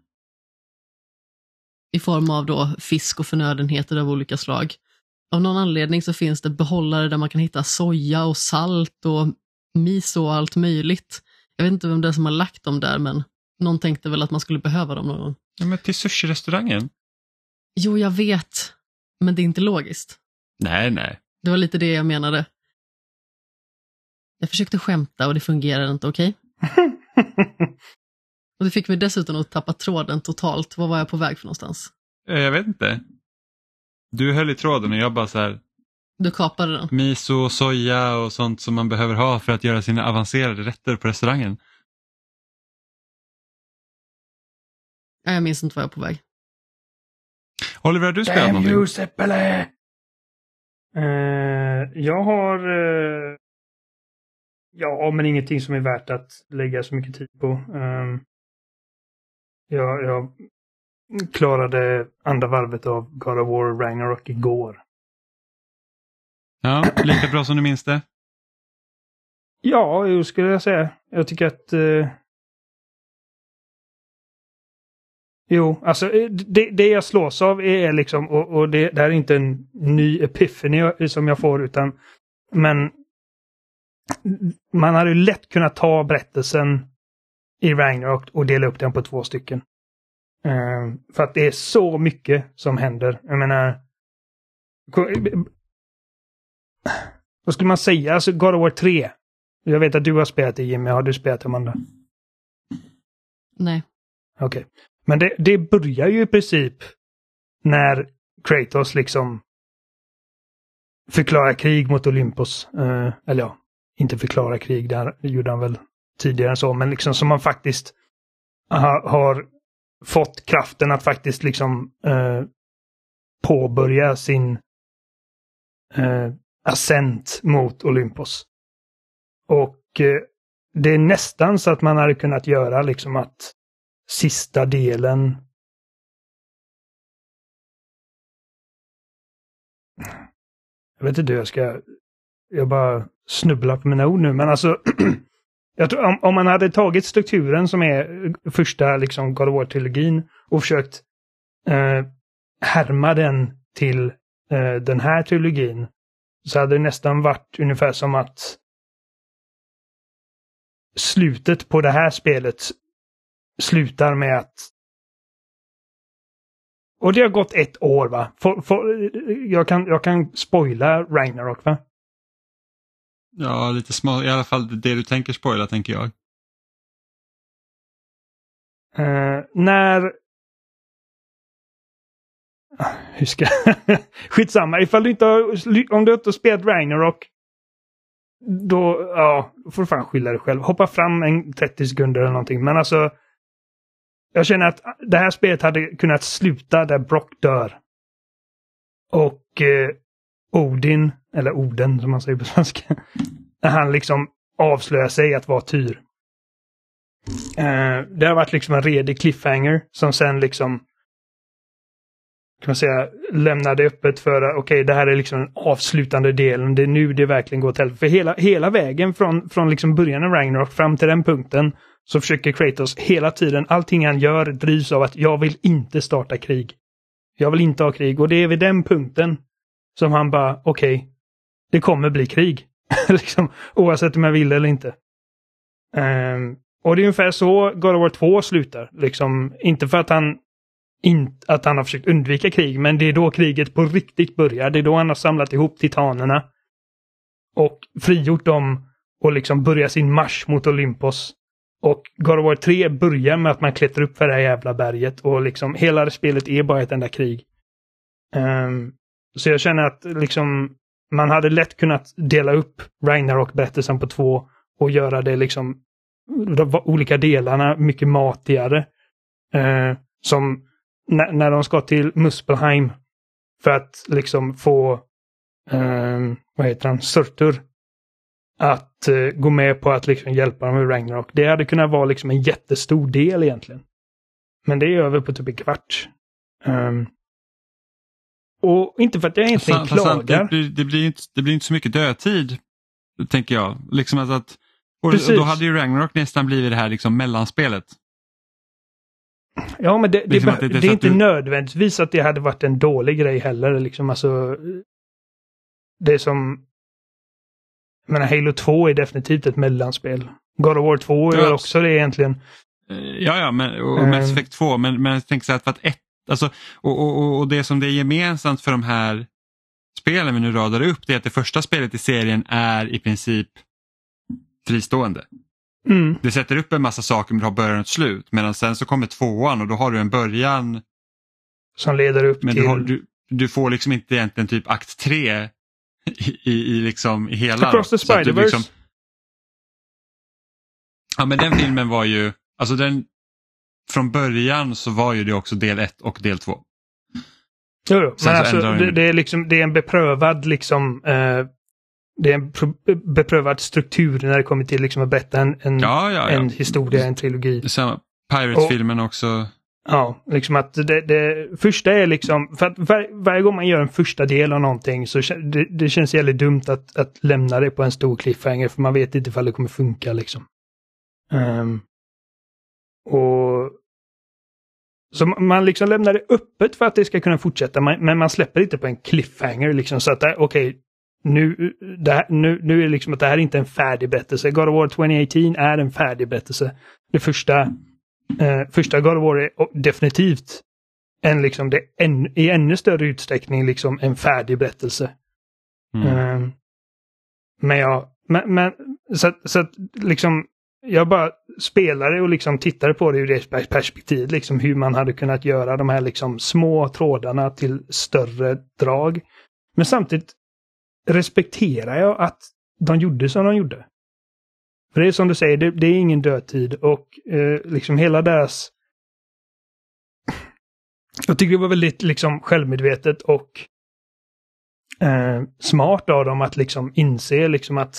I form av då fisk och förnödenheter av olika slag. Av någon anledning så finns det behållare där man kan hitta soja och salt och miso och allt möjligt. Jag vet inte vem det är som har lagt dem där, men någon tänkte väl att man skulle behöva dem någon gång. Ja, men till sushi-restaurangen? Jo, jag vet. Men det är inte logiskt. Nej. Det var lite det jag menade. Jag försökte skämta och det fungerade inte, okej? Och det fick mig dessutom att tappa tråden totalt. Vad var jag på väg för någonstans? Jag vet inte. Du höll i tråden och jag bara så här, Du kapade den. miso och soja och sånt som man behöver ha för att göra sina avancerade rätter på restaurangen. Nej, jag minns inte vad jag är på väg. Oliver, har du spelat någonting? Seppele! Jag har... ja, men ingenting som är värt att lägga så mycket tid på. Jag klarade andra varvet av God of War Ragnarok igår. Ja, lika bra som du minns det. Ja, jag skulle jag säga. Jag tycker att... Jo, alltså det jag slås av är liksom, och det här är inte en ny epiphany som jag får, utan men man hade ju lätt kunnat ta berättelsen i Ragnarok och dela upp den på 2 stycken. För att det är så mycket som händer. Jag menar, vad skulle man säga? Alltså God of War 3. Jag vet att du har spelat det, Jimmy. Har du spelat det, Amanda? Nej. Okej. Men det börjar ju i princip när Kratos liksom förklarar krig mot Olympus. Eller ja, inte förklara krig, där gjorde han väl tidigare än så, men liksom som man faktiskt har fått kraften att faktiskt liksom påbörja sin ascent mot Olympus. Och det är nästan så att man hade kunnat göra liksom att sista delen. Jag vet inte hur jag bara snubblar på mina ord nu, men alltså jag tror, om man hade tagit strukturen som är första liksom God of War-trilogin och försökt härma den till den här trilogin, så hade det nästan varit ungefär som att slutet på det här spelet slutar med att... Och det har gått 1 år, va? Jag kan spoila Ragnarok, va? Ja, lite små. I alla fall det du tänker spoila, tänker jag. När... Hur ska... Skitsamma. Ifall du inte har... Om du inte har spelat Ragnarok, då... Ja, får du fan skylla dig själv. Hoppa fram en 30 sekunder eller någonting. Men alltså... Jag känner att det här spelet hade kunnat sluta där Brock dör. Och Odin, eller Oden som man säger på svenska, när han liksom avslöjar sig att vara Tyr. Det har varit liksom en redig cliffhanger som sen liksom, kan man säga, lämnade öppet för okej, det här är liksom den avslutande delen. Det är nu det verkligen går till. För hela vägen från liksom början av Ragnarok fram till den punkten så försöker Kratos hela tiden, allting han gör drivs av att jag vill inte starta krig. Jag vill inte ha krig. Och det är vid den punkten som han bara, okej, det kommer bli krig. liksom, oavsett om jag vill eller inte. Och det är ungefär så God of War 2 slutar. Liksom, inte för att han har försökt undvika krig, men det är då kriget på riktigt börjar. Det är då han har samlat ihop titanerna och frigjort dem och liksom börjar sin marsch mot Olympus. Och God of War 3 börjar med att man klättrar upp för det här jävla berget och liksom hela det spelet är bara ett enda krig. Så jag känner att liksom man hade lätt kunnat dela upp Ragnarok-berättelsen på 2 och göra det liksom de olika delarna mycket matigare. Som när de ska till Muspelheim för att liksom få vad heter han? Surtur att gå med på att liksom hjälpa dem med Ragnarok. Det hade kunnat vara liksom en jättestor del egentligen. Men det är över på typ 1/4. Och inte för att jag egentligen klagar. Det blir inte så mycket dödtid, tänker jag. Liksom och då hade ju Ragnarok nästan blivit det här liksom mellanspelet. Ja, men det är inte nödvändigtvis att det hade varit en dålig grej heller. Liksom, alltså, det är som... Jag menar, Halo 2 är definitivt ett mellanspel. God of War 2 är också det egentligen. Ja, och Mass Effect 2. Men jag tänker så att alltså, och det som det är gemensamt för de här spelen vi nu radar upp, det är att det första spelet i serien är i princip fristående. Det sätter upp en massa saker men du har början och slut. Medan sen så kommer 2:an och då har du en början som leder upp till... du får liksom inte egentligen typ akt 3 i liksom i hela. Across the Spider-Verse. Liksom, ja, men den filmen var ju, alltså den, från början så var ju det också del 1 och del 2. Jo, men alltså det är liksom, det är en beprövad liksom det är en beprövad struktur när det kommer till liksom att berätta en historia, en trilogi. Samma Pirates-filmen också. Ja, liksom att det första är liksom, för att varje gång man gör en första del av någonting så det känns jävligt dumt att lämna det på en stor cliffhanger, för man vet inte ifall det kommer funka liksom. Och så man liksom lämnar det öppet för att det ska kunna fortsätta, men man släpper inte på en cliffhanger liksom, så att okej, nu är det liksom att det här är inte en färdig berättelse. God of War 2018 är en färdig berättelse. Det första God of War är definitivt i ännu större utsträckning liksom en färdig berättelse. Men så att liksom jag bara spelade och liksom tittade på det ur det perspektivet, liksom hur man hade kunnat göra de här liksom små trådarna till större drag. Men samtidigt respekterar jag att de gjorde som de gjorde. För det är som du säger, det är ingen dödtid, och liksom hela deras... Jag tycker det var väldigt liksom självmedvetet och smart av dem att liksom inse liksom att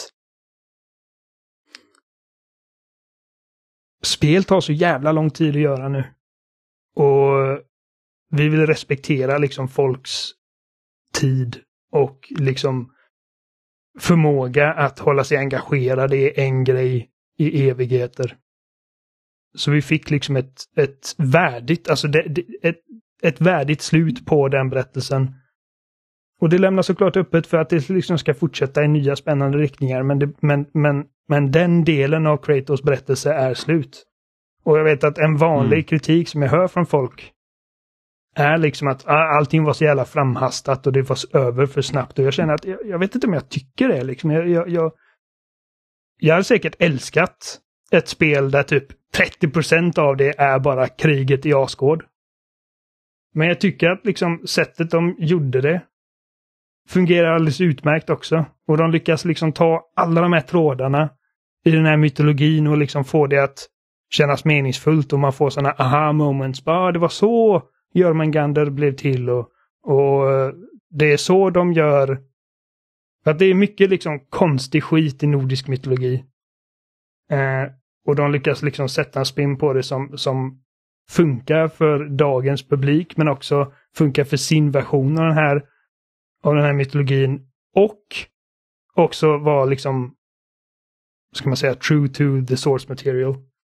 spel tar så jävla lång tid att göra nu. Och vi vill respektera liksom folks tid och liksom förmåga att hålla sig engagerad i en grej i evigheter. Så vi fick liksom ett värdigt, alltså ett värdigt slut på den berättelsen. Och det lämnar såklart öppet för att det liksom ska fortsätta i nya spännande riktningar, men den delen av Kratos berättelse är slut. Och jag vet att en vanlig kritik som jag hör från folk är liksom att allting var så jävla framhastat och det var över för snabbt. Och jag känner att jag vet inte om jag tycker det. Liksom. Jag har säkert älskat ett spel där typ 30% av det är bara kriget i Asgård. Men jag tycker att liksom sättet de gjorde det fungerar alldeles utmärkt också. Och de lyckas liksom ta alla de här trådarna i den här mytologin och liksom få det att kännas meningsfullt, och man får sådana aha moments. Det var så Jormungandr blev till, och det är så de gör. För att det är mycket liksom konstig skit i nordisk mytologi. Och de lyckas liksom sätta en spin på det som funkar för dagens publik, men också funkar för sin version av den här mytologin, och också vara liksom, ska man säga, true to the source material.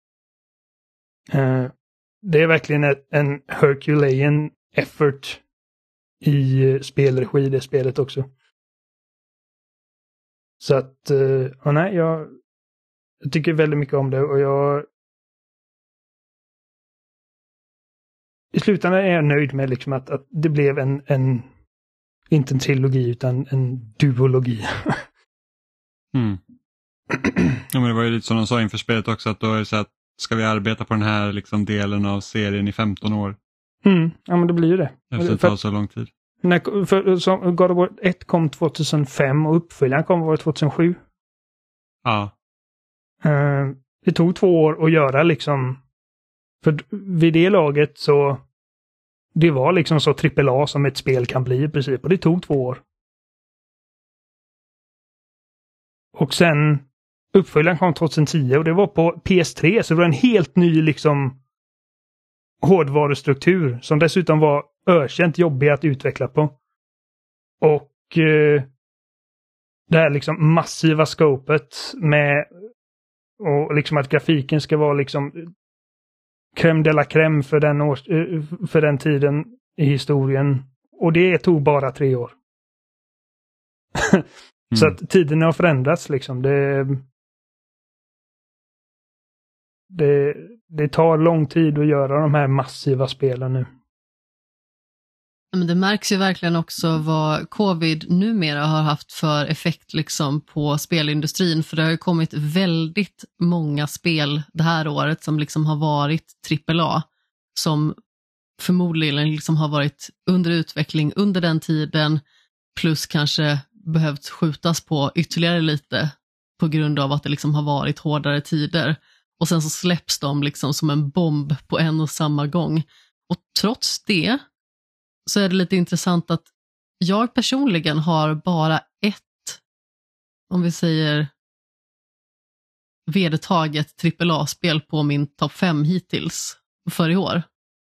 Det är verkligen en Herculean effort i spelregi, det spelet också. Så att, jag tycker väldigt mycket om det, och i slutändan är jag nöjd med liksom att det blev inte en trilogi utan en duologi. Ja, men det var ju lite som de sa inför spelet också, att då är det så att ska vi arbeta på den här liksom delen av serien i 15 år? Ja, men det blir ju det. Efter att ta så lång tid. God of War 1 kom 2005 och uppföljaren kom var 2007. Ja. Det tog 2 år att göra liksom, för vid det laget så det var liksom så AAA som ett spel kan bli i princip, och det tog 2 år. Och sen uppföljaren kom 2010 och det var på PS3, så det var en helt ny liksom hårdvarustruktur som dessutom var ökänt jobbig att utveckla på. Och det här liksom massiva scopet med, och liksom att grafiken ska vara liksom crème de la crème för den tiden i historien. Och det tog bara 3 år. Så att tiden har förändrats liksom. Det tar lång tid att göra de här massiva spelen nu. Men det märks ju verkligen också vad covid numera har haft för effekt liksom på spelindustrin, för det har ju kommit väldigt många spel det här året som liksom har varit AAA, som förmodligen liksom har varit under utveckling under den tiden, plus kanske behövt skjutas på ytterligare lite på grund av att det liksom har varit hårdare tider. Och sen så släpps de liksom som en bomb på en och samma gång. Och trots det så är det lite intressant att jag personligen har bara ett, om vi säger vedertaget AAA-spel på min topp 5 hittills för i år.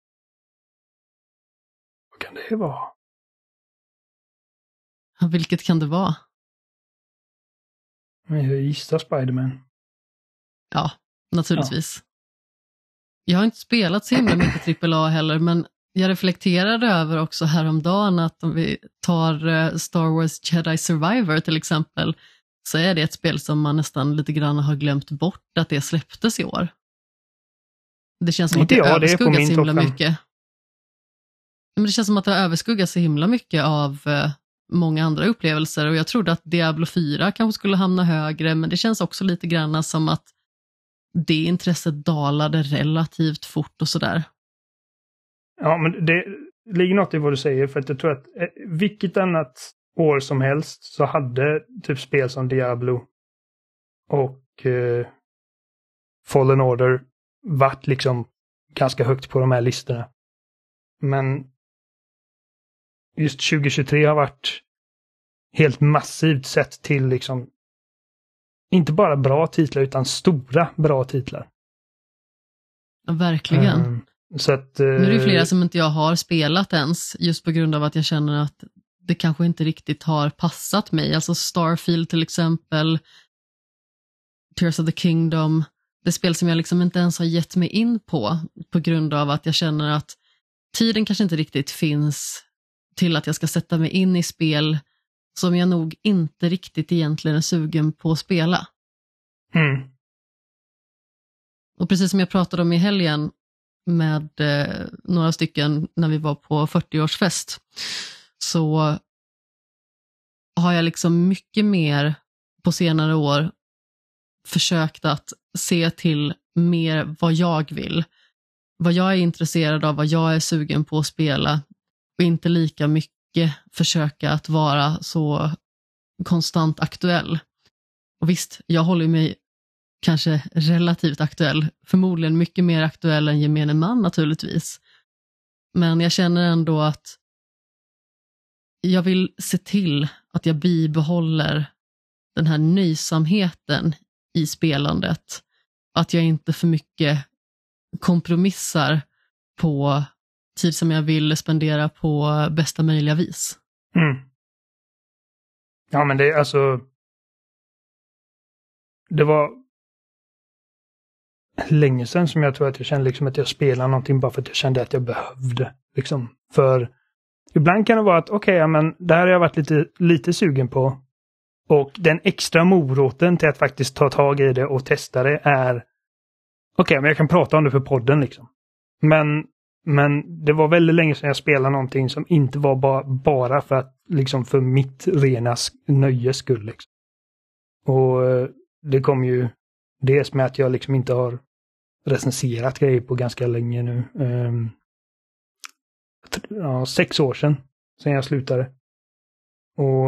Vad kan det vara? Vilket kan det vara? Jag gissar Spider-Man. Ja, naturligtvis. Jag har inte spelat så himla mycket AAA heller, men jag reflekterade över också häromdagen att om vi tar Star Wars Jedi Survivor till exempel, så är det ett spel som man nästan lite grann har glömt bort att det släpptes i år. Det känns som att det överskuggas så himla mycket. Men det känns som att det överskuggas så himla mycket av många andra upplevelser, och jag trodde att Diablo 4 kanske skulle hamna högre, men det känns också lite grann som att det intresset dalade relativt fort och sådär. Ja, men det ligger något i vad du säger, för att jag tror att vilket annat år som helst så hade typ spel som Diablo och Fallen Order varit liksom ganska högt på de här listorna. Men just 2023 har varit helt massivt sett till liksom inte bara bra titlar utan stora bra titlar. Ja, verkligen. Så att, nu är det flera som inte jag har spelat ens, just på grund av att jag känner att det kanske inte riktigt har passat mig. Alltså Starfield till exempel, Tears of the Kingdom, det spel som jag liksom inte ens har gett mig in på grund av att jag känner att tiden kanske inte riktigt finns till att jag ska sätta mig in i spel som jag nog inte riktigt egentligen är sugen på att spela. Och precis som jag pratade om i helgen med några stycken när vi var på 40-årsfest, så har jag liksom mycket mer på senare år försökt att se till mer vad jag vill. Vad jag är intresserad av, vad jag är sugen på att spela, och inte lika mycket försöka att vara så konstant aktuell. Och visst, jag håller mig kanske relativt aktuell, förmodligen mycket mer aktuell än gemene man naturligtvis. Men jag känner ändå att jag vill se till att jag bibehåller den här nöjsamheten i spelandet. Att jag inte för mycket kompromissar på tid som jag vill spendera på bästa möjliga vis. Ja, men det är alltså, det var länge sedan som jag tror att jag kände liksom att jag spelade någonting bara för att jag kände att jag behövde. Liksom. För ibland kan det vara att okej, men det här har jag varit lite sugen på. Och den extra moroten till att faktiskt ta tag i det och testa det är okej, men jag kan prata om det för podden liksom. Men det var väldigt länge sedan jag spelade någonting som inte var bara för att liksom för mitt rena nöjes skull liksom. Och det kom ju dels med att jag liksom inte har recenserat grejer på ganska länge nu. 6 år sedan jag slutade. Och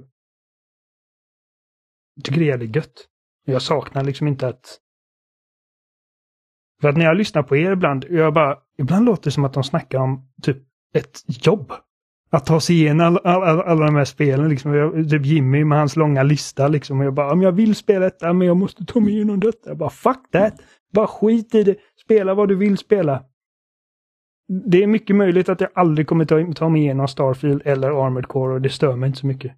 jag tycker det är jävligt gött. Jag saknar liksom inte att... För att när jag lyssnar på er ibland låter det som att de snackar om typ ett jobb. Att ta sig igenom alla de här spelen. Liksom. Typ Jimmy med hans långa lista. Liksom. Och jag bara, om jag vill spela detta, men jag måste ta mig igenom detta. Jag bara, fuck that. Bara skit i det. Spela vad du vill spela. Det är mycket möjligt att jag aldrig kommer ta mig igenom Starfield eller Armored Core, och det stör mig inte så mycket.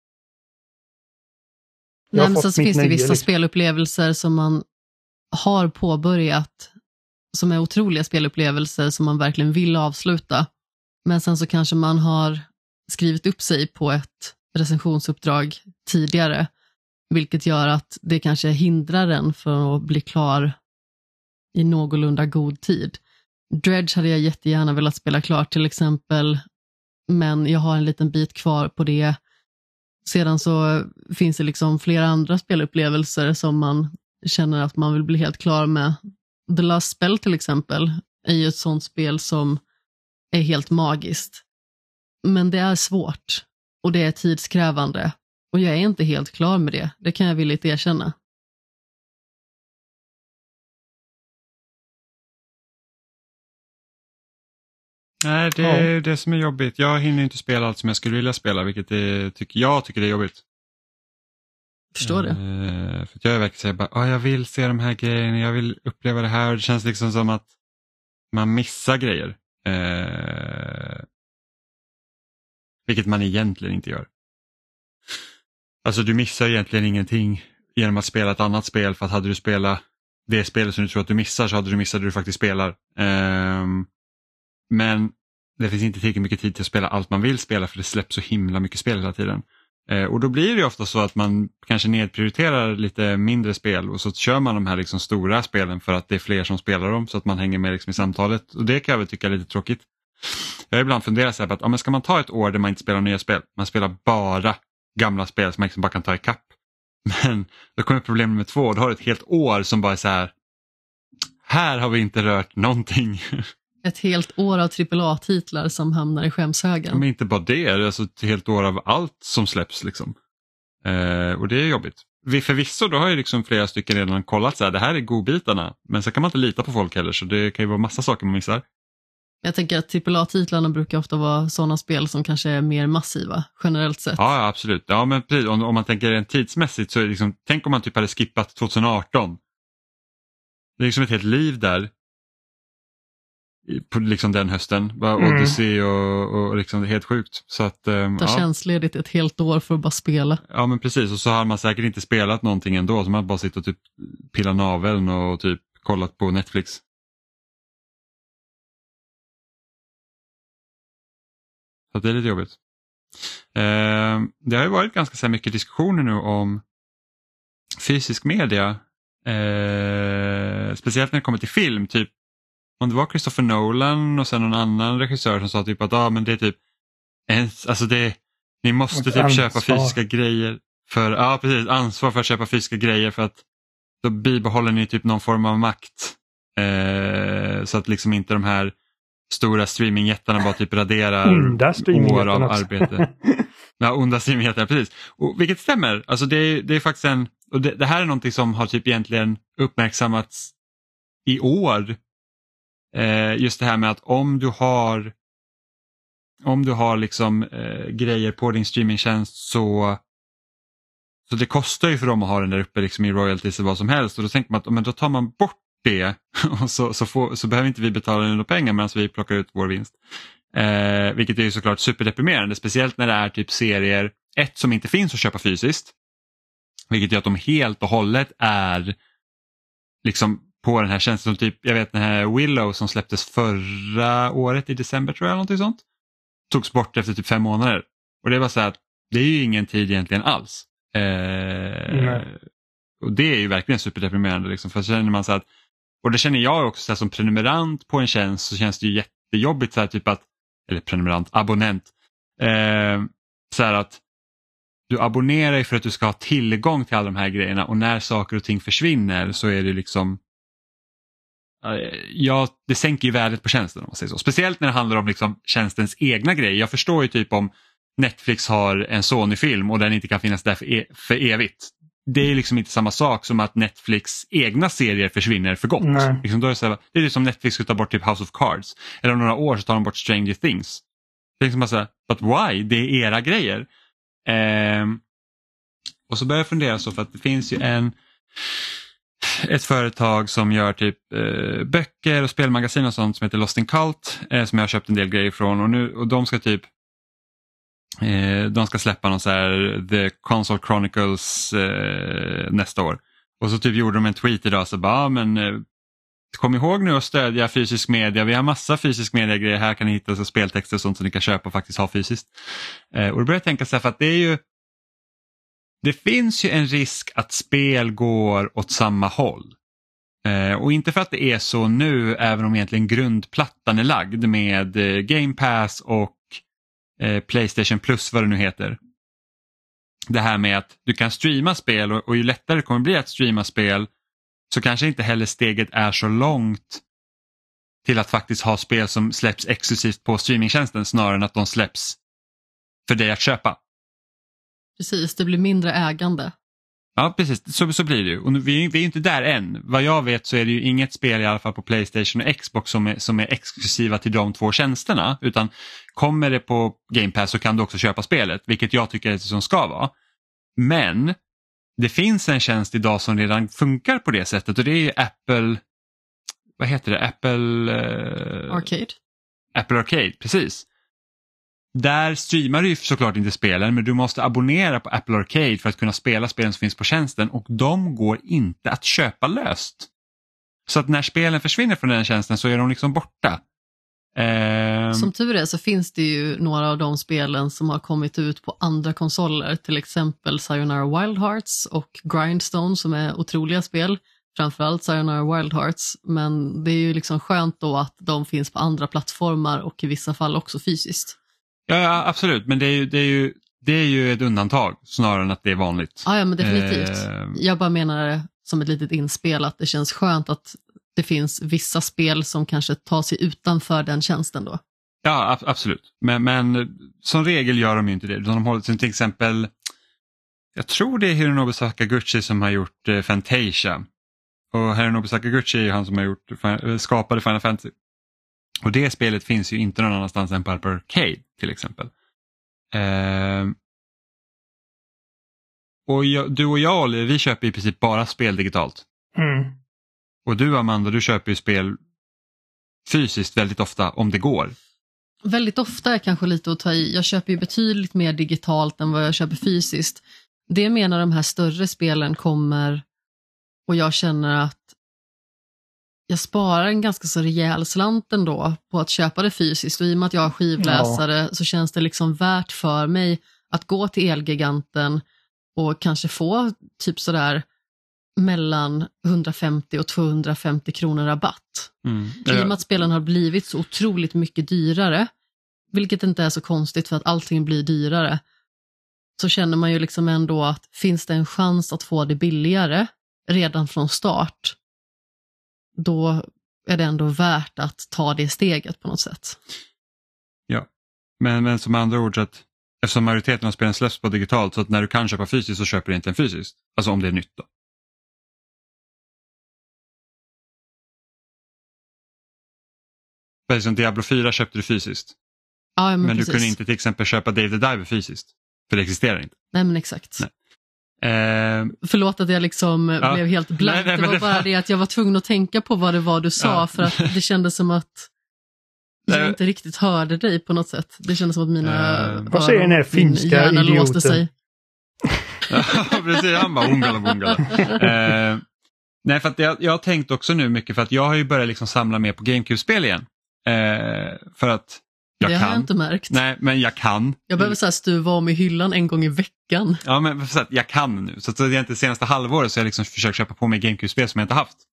Nej, men så finns det vissa spelupplevelser som man har påbörjat, som är otroliga spelupplevelser som man verkligen vill avsluta. Men sen så kanske man har skrivit upp sig på ett recensionsuppdrag tidigare, vilket gör att det kanske hindrar en för att bli klar i någorlunda god tid. Dredge hade jag jättegärna velat spela klart till exempel, men jag har en liten bit kvar på det. Sedan så finns det liksom flera andra spelupplevelser som man känner att man vill bli helt klar med. The Last Spell till exempel är ju ett sånt spel som är helt magiskt. Men det är svårt och det är tidskrävande och jag är inte helt klar med det. Det kan jag villigt erkänna. Nej, det är det som är jobbigt. Jag hinner inte spela allt som jag skulle vilja spela, vilket jag tycker det är jobbigt. Förstår det. För jag är verkligen så bara, jag vill se de här grejerna, jag vill uppleva det här. Det känns liksom som att man missar grejer. Vilket man egentligen inte gör. Alltså du missar egentligen ingenting genom att spela ett annat spel, för att hade du spelat det spelet som du tror att du missar så hade du missat det du faktiskt spelar. Men det finns inte tillräckligt mycket tid till att spela allt man vill spela, för det släpps så himla mycket spel hela tiden. Och då blir det ju ofta så att man kanske nedprioriterar lite mindre spel och så kör man de här liksom stora spelen för att det är fler som spelar dem, så att man hänger med liksom i samtalet. Och det kan jag väl tycka är lite tråkigt. Jag har ibland funderat så här på att men ska man ta ett år där man inte spelar nya spel, man spelar bara gamla spel som man liksom bara kan ta i kapp. Men då kommer problem nummer 2, då har du ett helt år som bara är så här har vi inte rört någonting. Ett helt år av AAA-titlar som hamnar i skämshögen. Men inte bara det, alltså ett helt år av allt som släpps liksom. Och det är jobbigt. Förvisso då har ju liksom flera stycken redan kollat så här, det här är godbitarna, men så kan man inte lita på folk heller, så det kan ju vara massa saker man missar. Jag tänker att AAA-titlarna brukar ofta vara sådana spel som kanske är mer massiva generellt sett. Ja, absolut. Ja, men precis. Om man tänker rent tidsmässigt så är det liksom, tänk om man typ hade skippat 2018. Det är liksom ett helt liv där. På liksom den hösten. Bara Odyssey och liksom det är helt sjukt. Så att, Ta tjänstledigt ett helt år för att bara spela. Ja, men precis. Och så har man säkert inte spelat någonting ändå. Så man bara sitter och typ pillar naveln och typ kollat på Netflix. Så det är lite jobbigt. Det har ju varit ganska så här mycket diskussioner nu om fysisk media. Speciellt när det kommer till film. Typ om det var Christopher Nolan och sen någon annan regissör som sa typ att men det är typ alltså ni måste typ köpa fysiska grejer för precis, ansvar för att köpa fysiska grejer, för att då bibehåller ni typ någon form av makt. Så att liksom inte de här stora streamingjättarna bara typ raderar år av arbete. Ja, onda streamingjättarna, precis. Och vilket stämmer. Alltså det är faktiskt och det här är någonting som har typ egentligen uppmärksammats i år. Just det här med att om du har liksom grejer på din streamingtjänst så det kostar ju för dem att ha den där uppe liksom i royalties eller vad som helst, och då tänker man att men då tar man bort det och så behöver inte vi betala några pengar medan vi plockar ut vår vinst. Vilket är ju såklart superdeprimerande, speciellt när det är typ serier som inte finns att köpa fysiskt, vilket gör att de helt och hållet är liksom på den här tjänsten som typ, jag vet den här Willow som släpptes förra året i december tror jag, någonting sånt, togs bort efter typ 5 månader. Och det var så här att det är ju ingen tid egentligen alls. Och det är ju verkligen superdeprimerande liksom, för så känner man så att, och det känner jag också så här, som prenumerant på en tjänst så känns det ju jättejobbigt så här, typ att, eller prenumerant, abonnent, så här att du abonnerar ju för att du ska ha tillgång till alla de här grejerna, och när saker och ting försvinner så är det liksom det sänker ju värdet på tjänsten om man säger så. Speciellt när det handlar om liksom tjänstens egna grejer. Jag förstår ju typ om Netflix har en Sony-film och den inte kan finnas där för evigt. Det är liksom inte samma sak som att Netflix egna serier försvinner för gott. Liksom då är det, så här, det är som Netflix skulle ta bort typ House of Cards. Eller om några år så tar de bort Stranger Things. Det är liksom bara så här, but why? Det är era grejer. Och så börjar jag fundera så, för att det finns ju ett företag som gör typ böcker och spelmagasin och sånt som heter Lost in Cult, som jag har köpt en del grejer ifrån, och de ska typ de ska släppa någon så här The Console Chronicles nästa år. Och så typ gjorde de en tweet idag så bara, kom ihåg nu att stödja fysisk media. Vi har massa fysisk media grejer här, kan ni hitta så speltexter och sånt som ni kan köpa och faktiskt ha fysiskt. Och då börjar jag tänka så här, för att det finns ju en risk att spel går åt samma håll. Och inte för att det är så nu, även om egentligen grundplattan är lagd med Game Pass och PlayStation Plus, vad det nu heter. Det här med att du kan streama spel, och ju lättare det kommer bli att streama spel, så kanske inte heller steget är så långt till att faktiskt ha spel som släpps exklusivt på streamingtjänsten snarare än att de släpps för dig att köpa. Precis, det blir mindre ägande. Ja, precis. Så blir det ju. Och vi är inte där än. Vad jag vet så är det ju inget spel i alla fall på PlayStation och Xbox som är exklusiva till de två tjänsterna. Utan kommer det på Game Pass så kan du också köpa spelet, vilket jag tycker är det som ska vara. Men det finns en tjänst idag som redan funkar på det sättet och det är Apple... Vad heter det? Arcade. Apple Arcade, precis. Där streamar du ju såklart inte spelen, men du måste abonnera på Apple Arcade för att kunna spela spelen som finns på tjänsten och de går inte att köpa löst. Så att när spelen försvinner från den tjänsten så är de liksom borta. Som tur är så finns det ju några av de spelen som har kommit ut på andra konsoler, till exempel Sayonara Wild Hearts och Grindstone som är otroliga spel. Framförallt Sayonara Wild Hearts, men det är ju liksom skönt då att de finns på andra plattformar och i vissa fall också fysiskt. Ja, absolut, men det är ju ett undantag snarare än att det är vanligt. Ja, men definitivt. Jag bara menar det som ett litet inspel att det känns skönt att det finns vissa spel som kanske tar sig utanför den tjänsten då. Ja, absolut. Men som regel gör de ju inte det. De håller till exempel, jag tror det är Hironobu Sakaguchi som har gjort Fantasia. Och Hironobu Sakaguchi är han som har skapade Final Fantasy. Och det spelet finns ju inte någon annanstans än på Apple Arcade till exempel. Och du och jag, Oliver, vi köper i princip bara spel digitalt. Mm. Och du, Amanda, du köper ju spel fysiskt väldigt ofta om det går. Väldigt ofta är kanske lite att ta i. Jag köper ju betydligt mer digitalt än vad jag köper fysiskt. Det menar de här större spelen kommer och jag känner att jag sparar en ganska så rejäl slant ändå på att köpa det fysiskt och i och med att jag har skivläsare så känns det liksom värt för mig att gå till Elgiganten och kanske få typ sådär mellan 150 och 250 kronor rabatt. I och med att spelen har blivit så otroligt mycket dyrare, vilket inte är så konstigt för att allting blir dyrare, så känner man ju liksom ändå att finns det en chans att få det billigare redan från start, då är det ändå värt att ta det steget på något sätt. Ja, men som andra ord så att eftersom majoriteten av spelen släpps på digitalt så att när du kan köpa fysiskt så köper du inte en fysiskt. Alltså om det är nytt då. Precis som Diablo 4 köpte du fysiskt. Ja, men du kunde inte till exempel köpa Dave the Diver fysiskt. För det existerar inte. Nej, men exakt. Nej. Förlåt att jag liksom blev helt blank. Det var bara det att jag var tvungen att tänka på vad det var du sa för att det kändes som att jag inte riktigt hörde dig på något sätt. Det kändes som att mina vad säger den här finska idioten? Låste sig. Ja, precis. Han bara ungala. Nej, för att jag har tänkt också nu mycket för att jag har ju börjat liksom samla mer på GameCube-spel igen. För att jag det kan. har jag inte märkt. Nej, men jag kan. Jag behöver så här stuva om i hyllan en gång i veckan. Ja, men för att jag kan nu. Så att det är inte senaste halvåret så jag liksom försökt köpa på mig GameCube-spel som jag inte haft.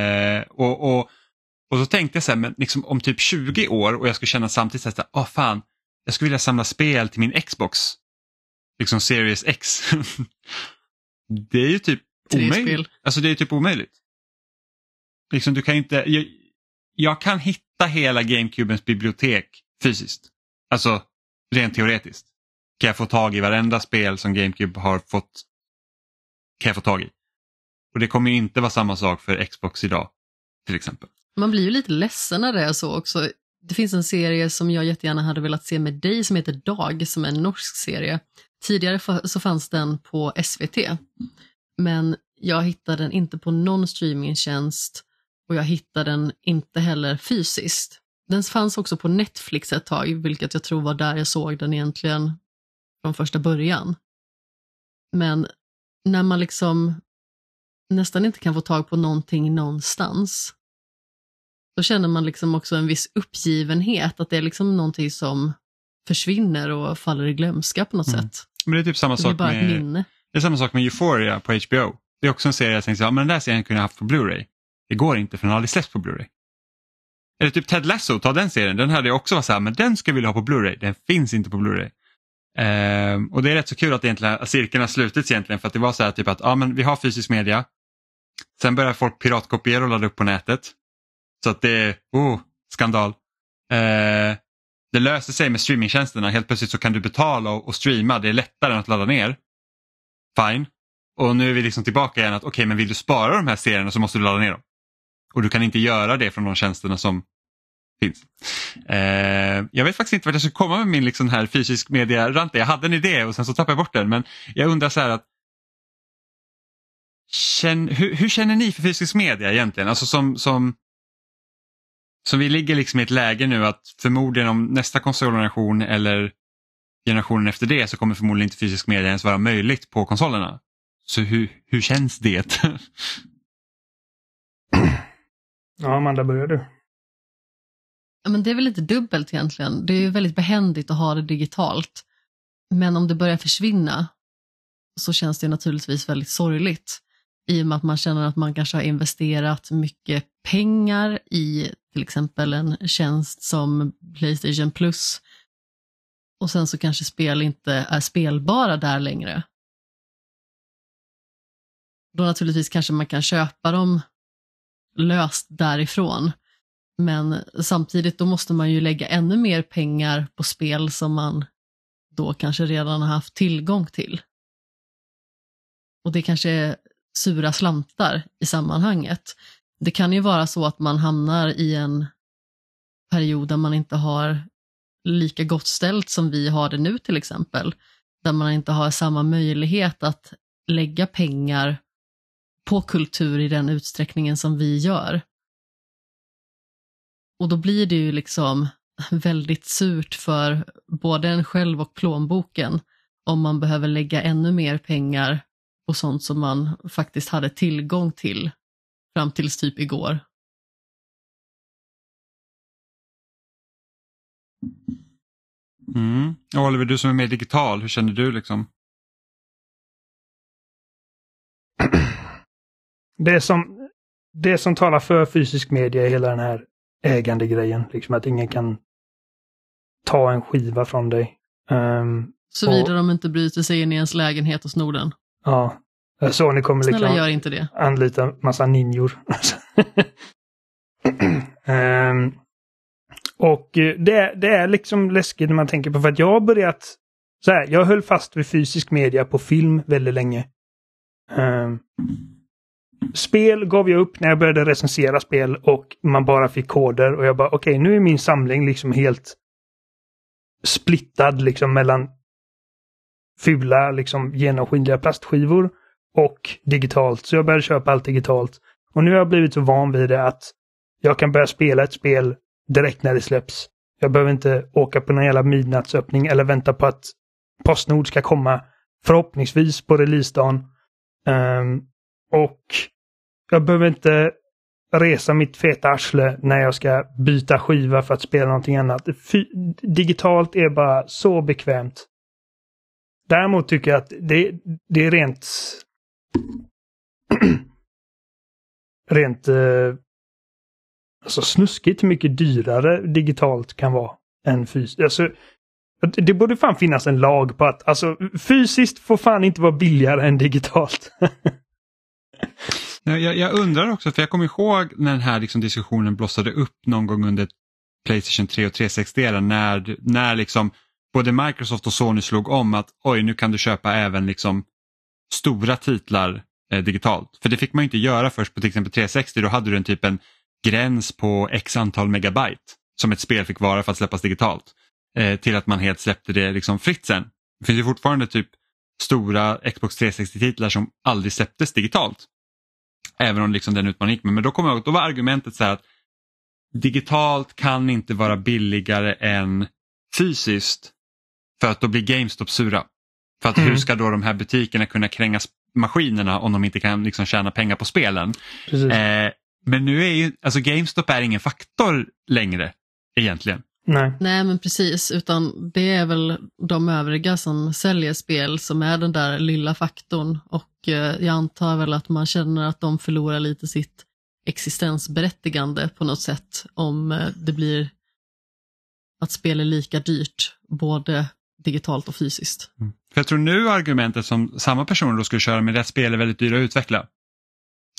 Och så tänkte jag så här, men liksom om typ 20 år och jag skulle känna samtidigt att fan, jag skulle vilja samla spel till min Xbox. Liksom Series X. Det är ju typ omöjligt. Alltså det är typ omöjligt. Liksom du kan inte, jag kan hitta hela GameCubens bibliotek fysiskt. Alltså rent teoretiskt. Kan jag få tag i varenda spel som GameCube har fått, kan jag få tag i. Och det kommer ju inte vara samma sak för Xbox idag till exempel. Man blir ju lite ledsen när det är så också. Det finns en serie som jag jättegärna hade velat se med dig som heter Dag, som är en norsk serie. Tidigare så fanns den på SVT. Men jag hittade den inte på någon streamingtjänst och jag hittade den inte heller fysiskt. Den fanns också på Netflix ett tag, vilket jag tror var där jag såg den egentligen från första början. Men när man liksom nästan inte kan få tag på någonting någonstans, då känner man liksom också en viss uppgivenhet, att det är liksom någonting som försvinner och faller i glömska på något sätt. Men det är typ samma sak bara ett minne. Det är samma sak med Euphoria på HBO. Det är också en serie jag tänkte, men den där serien kunde jag haft på Blu-ray. Det går inte för den har aldrig släppts på Blu-ray. Eller typ Ted Lasso, ta den serien. Den hade jag också varit så här, men den ska vi vilja ha på Blu-ray. Den finns inte på Blu-ray. Och det är rätt så kul att egentligen cirkeln har slutits egentligen, för att det var så här typ att men vi har fysisk media. Sen börjar folk piratkopiera och ladda upp på nätet. Så att det skandal. Det löser sig med streamingtjänsterna. Helt plötsligt så kan du betala och streama. Det är lättare än att ladda ner. Fine. Och nu är vi liksom tillbaka igen att okej, men vill du spara de här serierna så måste du ladda ner dem. Och du kan inte göra det från de tjänsterna som finns. Jag vet faktiskt inte vart jag ska komma med min liksom här fysisk media-rant. Jag hade en idé och sen så tappade jag bort den. Men jag undrar så här att hur känner ni för fysisk media egentligen? Alltså som vi ligger liksom i ett läge nu att förmodligen om nästa konsolgeneration eller generationen efter det så kommer förmodligen inte fysisk media ens vara möjligt på konsolerna. Så hur känns det? Ja, Amanda, börjar du. Ja, men det är väl lite dubbelt egentligen. Det är ju väldigt behändigt att ha det digitalt. Men om det börjar försvinna så känns det naturligtvis väldigt sorgligt. I och med att man känner att man kanske har investerat mycket pengar i till exempel en tjänst som PlayStation Plus. Och sen så kanske spel inte är spelbara där längre. Då naturligtvis kanske man kan köpa dem löst därifrån. Men samtidigt då måste man ju lägga ännu mer pengar på spel som man då kanske redan har haft tillgång till. Och det kanske är sura slantar i sammanhanget. Det kan ju vara så att man hamnar i en period där man inte har lika gott ställt som vi har det nu till exempel. Där man inte har samma möjlighet att lägga pengar på kultur i den utsträckningen som vi gör. Och då blir det ju liksom väldigt surt för både en själv och plånboken om man behöver lägga ännu mer pengar på sånt som man faktiskt hade tillgång till fram tills typ igår. Och Oliver, du som är mer digital, hur känner du liksom? Det som talar för fysisk media är hela den här ägandegrejen. Liksom att ingen kan ta en skiva från dig. Såvida de inte bryter sig in i ens lägenhet och snor den. Ja. Så ni kommer Snälla, liksom gör inte det. Anlita massa ninjor. Och det är liksom läskigt när man tänker på, för att jag har börjat så här, jag höll fast vid fysisk media på film väldigt länge. Spel gav jag upp när jag började recensera spel och man bara fick koder och jag bara okej, nu är min samling liksom helt splittad liksom mellan fula liksom genomskinliga plastskivor och digitalt. Så jag började köpa allt digitalt. Och nu har jag blivit så van vid det att jag kan börja spela ett spel direkt när det släpps. Jag behöver inte åka på någon jävla midnattsöppning eller vänta på att Postnord ska komma förhoppningsvis på releasedagen. Och jag behöver inte resa mitt feta arsle när jag ska byta skiva för att spela någonting annat. Digitalt är bara så bekvämt. Däremot tycker jag att det är rent alltså snuskigt hur mycket dyrare digitalt kan vara än fysiskt. Alltså, det borde fan finnas en lag på att alltså, fysiskt får fan inte vara billigare än digitalt. Jag undrar också, för jag kommer ihåg när den här liksom diskussionen blossade upp någon gång under PlayStation 3 och 360 när liksom både Microsoft och Sony slog om att oj, nu kan du köpa även liksom stora titlar digitalt. För det fick man ju inte göra först på till exempel 360, då hade du en typ en gräns på x antal megabyte som ett spel fick vara för att släppas digitalt. Till att man helt släppte det liksom fritt sen. Det finns ju fortfarande typ stora Xbox 360-titlar som aldrig släpptes digitalt. Även om liksom den utmaningen gick med. Men då var argumentet så här att digitalt kan inte vara billigare än fysiskt för att då blir GameStop sura. För att hur ska då de här butikerna kunna kränga maskinerna om de inte kan liksom tjäna pengar på spelen? Men nu är ju, alltså GameStop är ingen faktor längre egentligen. Nej, men precis, utan det är väl de övriga som säljer spel som är den där lilla faktorn, och jag antar väl att man känner att de förlorar lite sitt existensberättigande på något sätt om det blir att spel är lika dyrt både digitalt och fysiskt. För jag tror nu argumentet som samma personer då skulle köra med det, att spel är väldigt dyra att utveckla.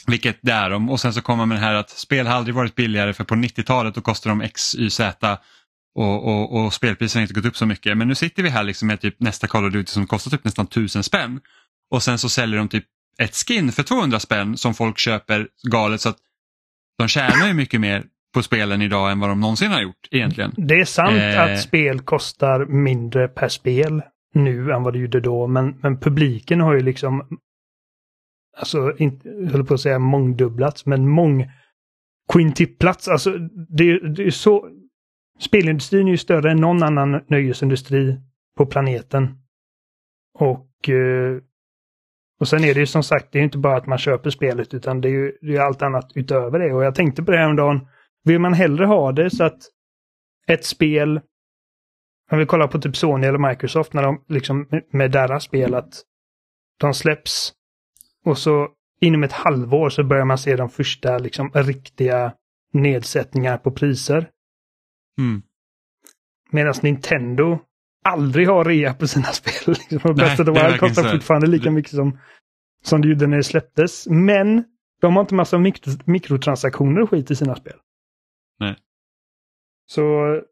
Vilket det är de. Och sen så kommer man med det här att spel har aldrig varit billigare, för på 90-talet då kostar de X, Y, Z och spelpriserna har inte gått upp så mycket. Men nu sitter vi här liksom med typ nästa Call of Duty som kostar typ nästan 1000 spänn. Och sen så säljer de typ ett skin för 200 spänn som folk köper galet, så att de tjänar ju mycket mer på spelen idag än vad de någonsin har gjort egentligen. Det är sant att spel kostar mindre per spel nu än vad det gjorde då, men publiken har ju liksom, alltså inte, jag höll på att säga mångdubblats, men quintupplats. Alltså det är så, spelindustrin är ju större än någon annan nöjesindustri på planeten. Och sen är det ju som sagt, det är inte bara att man köper spelet, utan det är allt annat utöver det. Och jag tänkte på det här om dagen. Vill man hellre ha det så att ett spel, om vi kollar på typ Sony eller Microsoft när de liksom med deras spel, att de släpps och så inom ett halvår så börjar man se de första liksom riktiga nedsättningar på priser. Mm. Medan Nintendo aldrig har rea på sina spel. Breath of the Wild kostar fortfarande lika mycket som det gjorde när det släpptes. Men de har inte massa mikrotransaktioner och skit i sina spel. Nej. Så...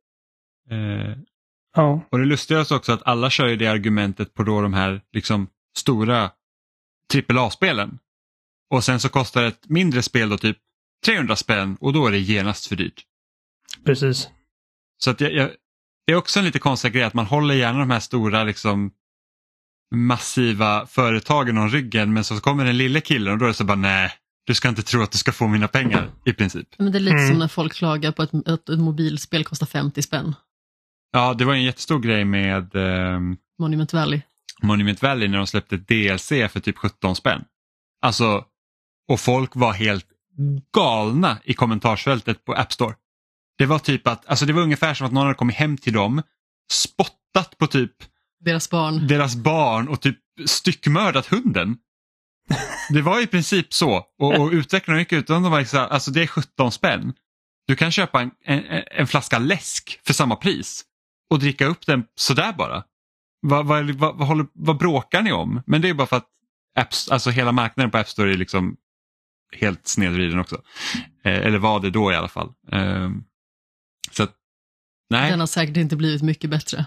ja. Och det lustiga är också att alla kör ju det argumentet på då de här liksom stora AAA-spelen. Och sen så kostar ett mindre spel då typ 300 spänn och då är det genast för dyrt. Precis. Så att det är också en lite konstig grej att man håller gärna de här stora liksom massiva företagen om ryggen, men så kommer den lille killen och då är det så bara nej, du ska inte tro att du ska få mina pengar i princip. Men det är lite som när folk klagar på att ett mobilspel kostar 50 spänn. Ja, det var en jättestor grej med Monument Valley när de släppte DLC för typ 17 spänn. Alltså, och folk var helt galna i kommentarsfältet på App Store. Det var typ att, alltså det var ungefär som att någon hade kommit hem till dem, spottat på typ deras barn och typ styckmördat hunden. Det var i princip så. Och utvecklarna gick ut och de var liksom, alltså det är 17 spänn. Du kan köpa en flaska läsk för samma pris och dricka upp den sådär bara. Vad bråkar ni om? Men det är bara för att alltså hela marknaden på App Store är liksom helt snedvriden också. Eller var det då i alla fall. Så att, nej. Den har säkert inte blivit mycket bättre.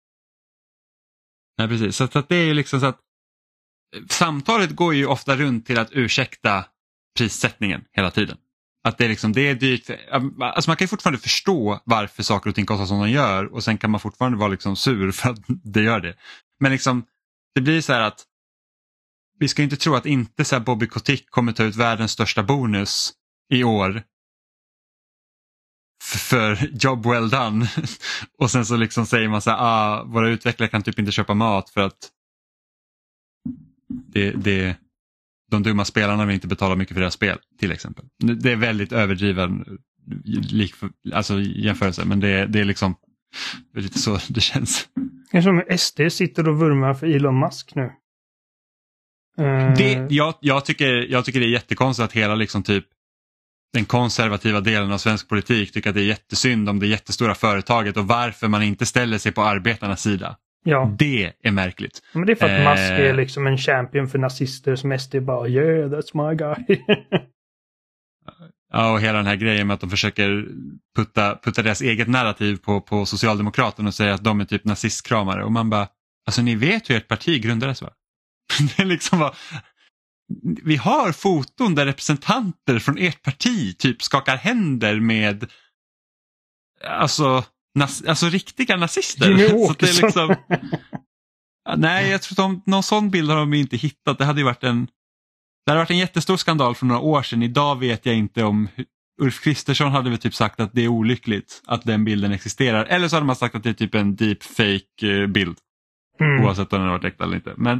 Nej, precis. Så att det är ju liksom så att samtalet går ju ofta runt till att ursäkta prissättningen hela tiden. Att det är liksom, det är dyrt. Alltså man kan ju fortfarande förstå varför saker och ting kostar som de gör, och sen kan man fortfarande vara liksom sur för att det gör det. Men liksom, det blir så här att vi ska inte tro att inte så här Bobby Kotick kommer ta ut världens största bonus i år för job well done. Och sen så liksom säger man så här, våra utvecklare kan typ inte köpa mat för att de dumma spelarna vill inte betala mycket för deras spel, till exempel. Det är väldigt överdriven alltså jämförelse, men det är liksom det är lite så det känns. Det är som SD sitter och vurmar för Elon Musk nu. Jag tycker det är jättekonstigt att hela liksom typ den konservativa delen av svensk politik tycker att det är jättesynd om det jättestora företaget och varför man inte ställer sig på arbetarnas sida. Ja. Det är märkligt. Men det är för att Musk är liksom en champion för nazister som SD bara, yeah, that's my guy. Ja, och hela den här grejen med att de försöker putta deras eget narrativ på Socialdemokraterna och säga att de är typ nazistkramare. Och man bara, alltså ni vet hur ert parti grundades, va? Det är liksom vi har foton där representanter från ert parti typ skakar händer med alltså riktiga nazister. Så det är liksom, nej, jag tror att någon sån bild har de inte hittat. Det hade varit en jättestor skandal för några år sedan. Idag vet jag inte om Ulf Kristersson hade väl typ sagt att det är olyckligt att den bilden existerar. Eller så hade man sagt att det är typ en deepfake bild. Oavsett om den har varit äkta eller inte. Men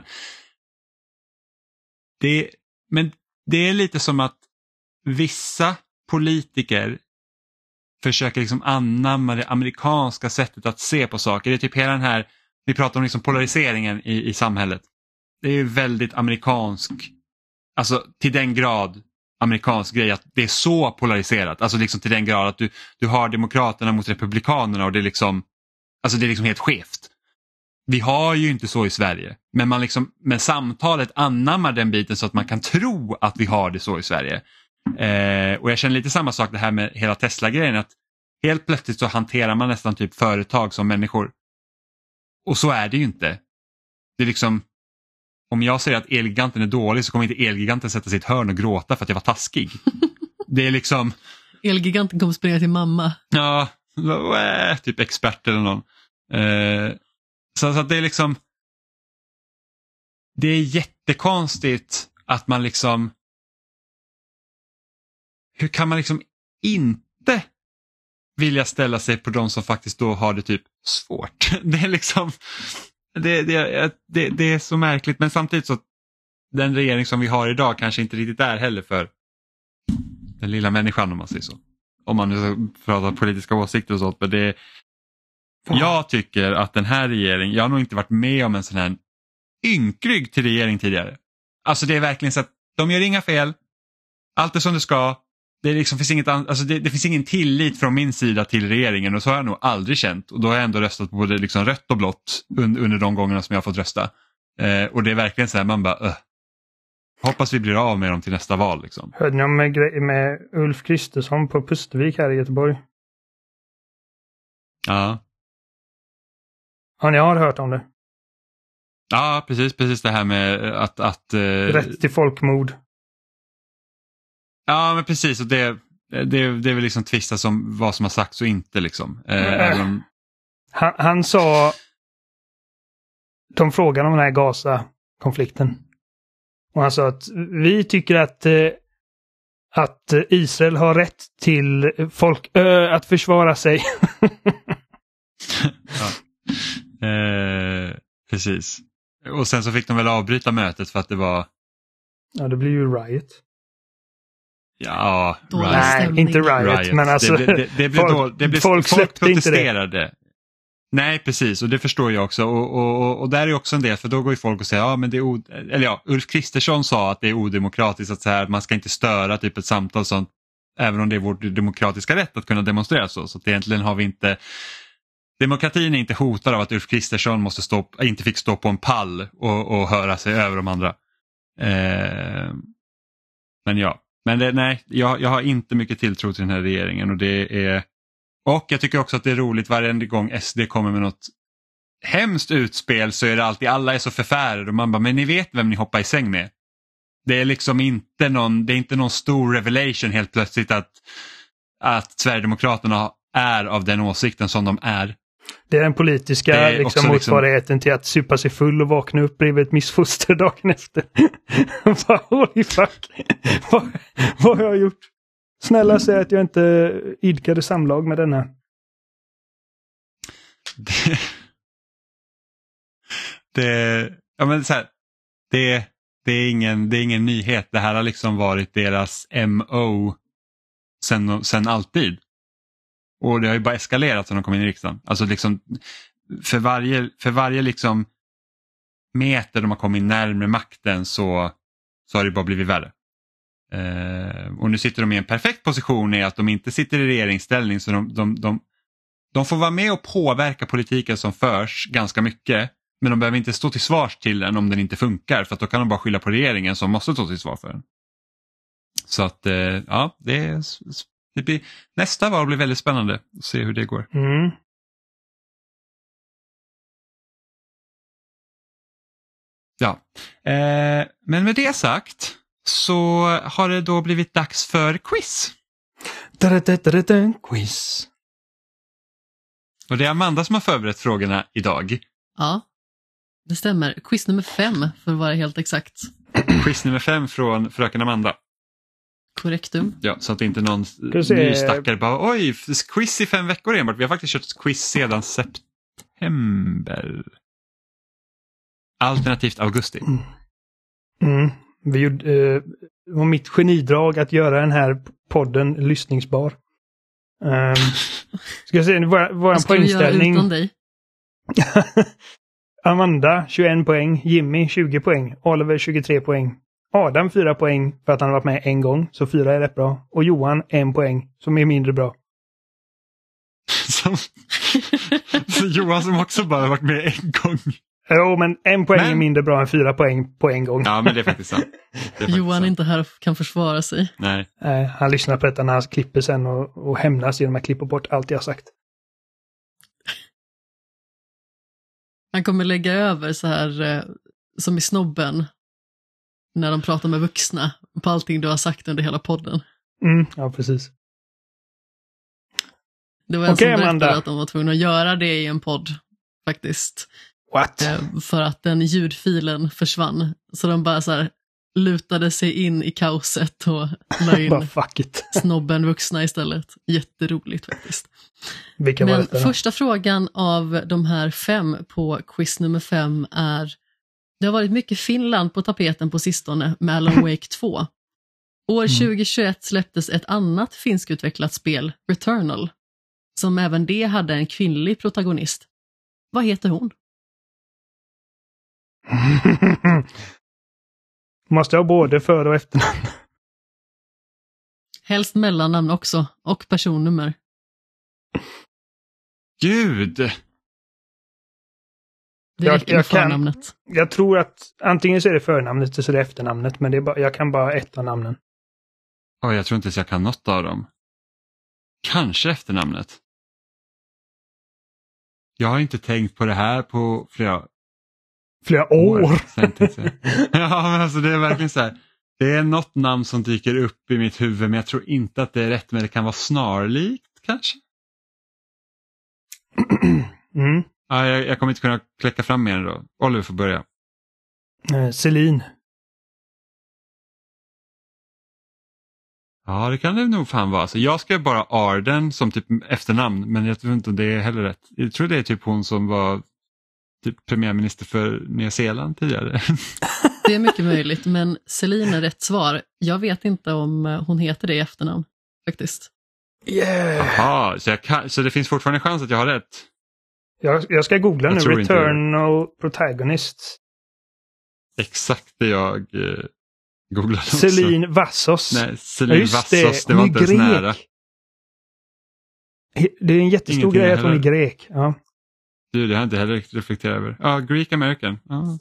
det är lite som att vissa politiker försöker liksom anamma det amerikanska sättet att se på saker. Det är typ hela den här, vi pratar om liksom polariseringen i samhället. Det är ju väldigt amerikansk, alltså till den grad amerikansk grej att det är så polariserat. Alltså liksom till den grad att du har demokraterna mot republikanerna och det är liksom, alltså det är liksom helt skevt. vi har ju inte så i Sverige. Men man liksom, med samtalet anammar den biten så att man kan tro att vi har det så i Sverige. Och jag känner lite samma sak det här med hela Tesla-grejen, att helt plötsligt så hanterar man nästan typ företag som människor. Och så är det ju inte. Det är liksom, om jag säger att Elgiganten är dålig så kommer inte Elgiganten sätta sig i ett hörn och gråta för att jag var taskig. Det är liksom... Elgiganten kommer springa till mamma. Ja, typ expert eller någon. Så att det är liksom... Det är jättekonstigt att man liksom... Hur kan man liksom inte vilja ställa sig på de som faktiskt då har det typ svårt? Det är liksom... Det är så märkligt, men samtidigt så den regering som vi har idag kanske inte riktigt är heller för den lilla människan, om man säger så. Om man nu pratar politiska åsikter och sånt, men det jag tycker att den här regeringen, jag har nog inte varit med om en sån här ynklig till regering tidigare. Alltså det är verkligen så att de gör inga fel, allt är som det ska. Det, liksom finns inget alltså det finns ingen tillit från min sida till regeringen, och så har jag nog aldrig känt. Och då har jag ändå röstat på både liksom rött och blått under de gångerna som jag har fått rösta. Och det är verkligen så här, man bara hoppas vi blir av med dem till nästa val. Liksom. Hörde ni om med Ulf Kristersson på Pustervik här i Göteborg? Ja. Ja, ni har hört om det? Ja, precis det här med att rätt till folkmord. Ja, men precis, och det är väl liksom tvistas om vad som har sagts och inte liksom. Han sa, de frågade om den här Gaza-konflikten. Och han sa att vi tycker att Israel har rätt till att försvara sig. Ja. Precis. Och sen så fick de väl avbryta mötet för att det var... Ja, det blir ju riot. Ja, Nej, inte riot, men alltså folk protesterade. Inte det. Nej, precis, och det förstår jag också. Och där är också en del, för då går ju folk och säger ja, men det är Ulf Kristersson sa att det är odemokratiskt att säga att man ska inte störa typ ett samtal sånt, även om det är vår demokratiska rätt att kunna demonstrera så att egentligen har vi inte, demokratin är inte hotad av att Ulf Kristersson inte fick stå på en pall och höra sig över de andra. Men ja. Men nej, jag har inte mycket tilltro till den här regeringen, och jag tycker också att det är roligt varje gång SD kommer med något hemskt utspel, så är det alltid, alla är så förfärade och man bara, men ni vet vem ni hoppar i säng med. Det är liksom inte någon stor revelation helt plötsligt att Sverigedemokraterna är av den åsikten som de är. Det är den politiska motsvarigheten till att supa sig full och vakna upp bredvid ett missfoster dagen efter. Holy fuck. Vad har jag gjort? Snälla säg att jag inte idkade samlag med denna. Det är ingen nyhet. Det här har liksom varit deras MO sen alltid. Och det har ju bara eskalerat när de kom in i riksdagen. Alltså liksom för varje liksom meter de har kommit närmare makten så har det bara blivit värre. Och nu sitter de i en perfekt position i att de inte sitter i regeringsställning, så de får vara med och påverka politiken som förs ganska mycket, men de behöver inte stå till svars till den om den inte funkar, för att då kan de bara skylla på regeringen som måste stå till svar för den. Så att ja, det blir, nästa val blir väldigt spännande att se hur det går. Mm. Ja, men med det sagt så har det då blivit dags för quiz. Quiz. Och det är Amanda som har förberett frågorna idag. Ja, det stämmer. Quiz nummer 5 för att vara helt exakt. Quiz nummer 5 från fröken Amanda. Korrektum. Ja, så att inte någon ny stackare bara, oj, quiz i 5 veckor enbart. Vi har faktiskt kört quiz sedan september. Alternativt augusti. Vi gjorde var mitt genidrag att göra den här podden lyssningsbar. Ska jag se, vår poängställning. Utan dig? Amanda 21 poäng, Jimmy 20 poäng, Oliver 23 poäng, Adam 4 poäng för att han har varit med en gång, så 4 är rätt bra. Och Johan 1 poäng, som är mindre bra. Så Johan som också bara varit med en gång. Jo, men 1 poäng är mindre bra än 4 poäng på en gång. Ja, men det är faktiskt sant. Johan är inte här och kan försvara sig. Nej. Han lyssnar på detta när han klipper sen och hämnas genom att klippa bort allt jag har sagt. Han kommer lägga över så här som i Snobben när de pratar med vuxna på allting du har sagt under hela podden. Ja, precis. Det var en som berättade att de var tvungna att göra det i en podd faktiskt. What? För att den ljudfilen försvann. Så de bara så här lutade sig in i kaoset och la in Snobben vuxna istället. Jätteroligt faktiskt. Men första frågan av de här 5 på quiz nummer 5 är: det har varit mycket Finland på tapeten på sistone med Alan Wake 2. År 2021 släpptes ett annat finskutvecklat spel, Returnal, som även det hade en kvinnlig protagonist. Vad heter hon? Måste ha både för- och efternamn. Helst mellannamn också, och personnummer. Gud! Det räcker med förnamnet. Jag tror att antingen så är det förnamnet eller så är det efternamnet, men det är bara, jag kan bara ett av namnen. Jag tror inte så jag kan något av dem. Kanske efternamnet. Jag har inte tänkt på det här på flera år. Ja, men alltså det är verkligen så här. Det är något namn som dyker upp i mitt huvud, men jag tror inte att det är rätt, men det kan vara snarlikt kanske. Ja, jag kommer inte kunna kläcka fram mer då. Oliver får börja. Celine. Ja, det kan det nog fan vara. Så jag skrev bara Arden som typ efternamn, men jag tror inte det är heller rätt. Jag tror det är typ hon som var typ premiärminister för Nya Zeeland tidigare. Det är mycket möjligt, men Celine är rätt svar. Jag vet inte om hon heter det i efternamn, faktiskt. Jaha, så det finns fortfarande chans att jag har rätt. Jag ska googla nu. Returnal protagonist. Exakt det jag googlade också. Celine Vassos. Nej, Celine Vassos, det var inte ens nära. Det är en jättestor grej att hon är grek. Ja. Du, det har jag inte heller reflekterat över. Ja, Greek American. Ja.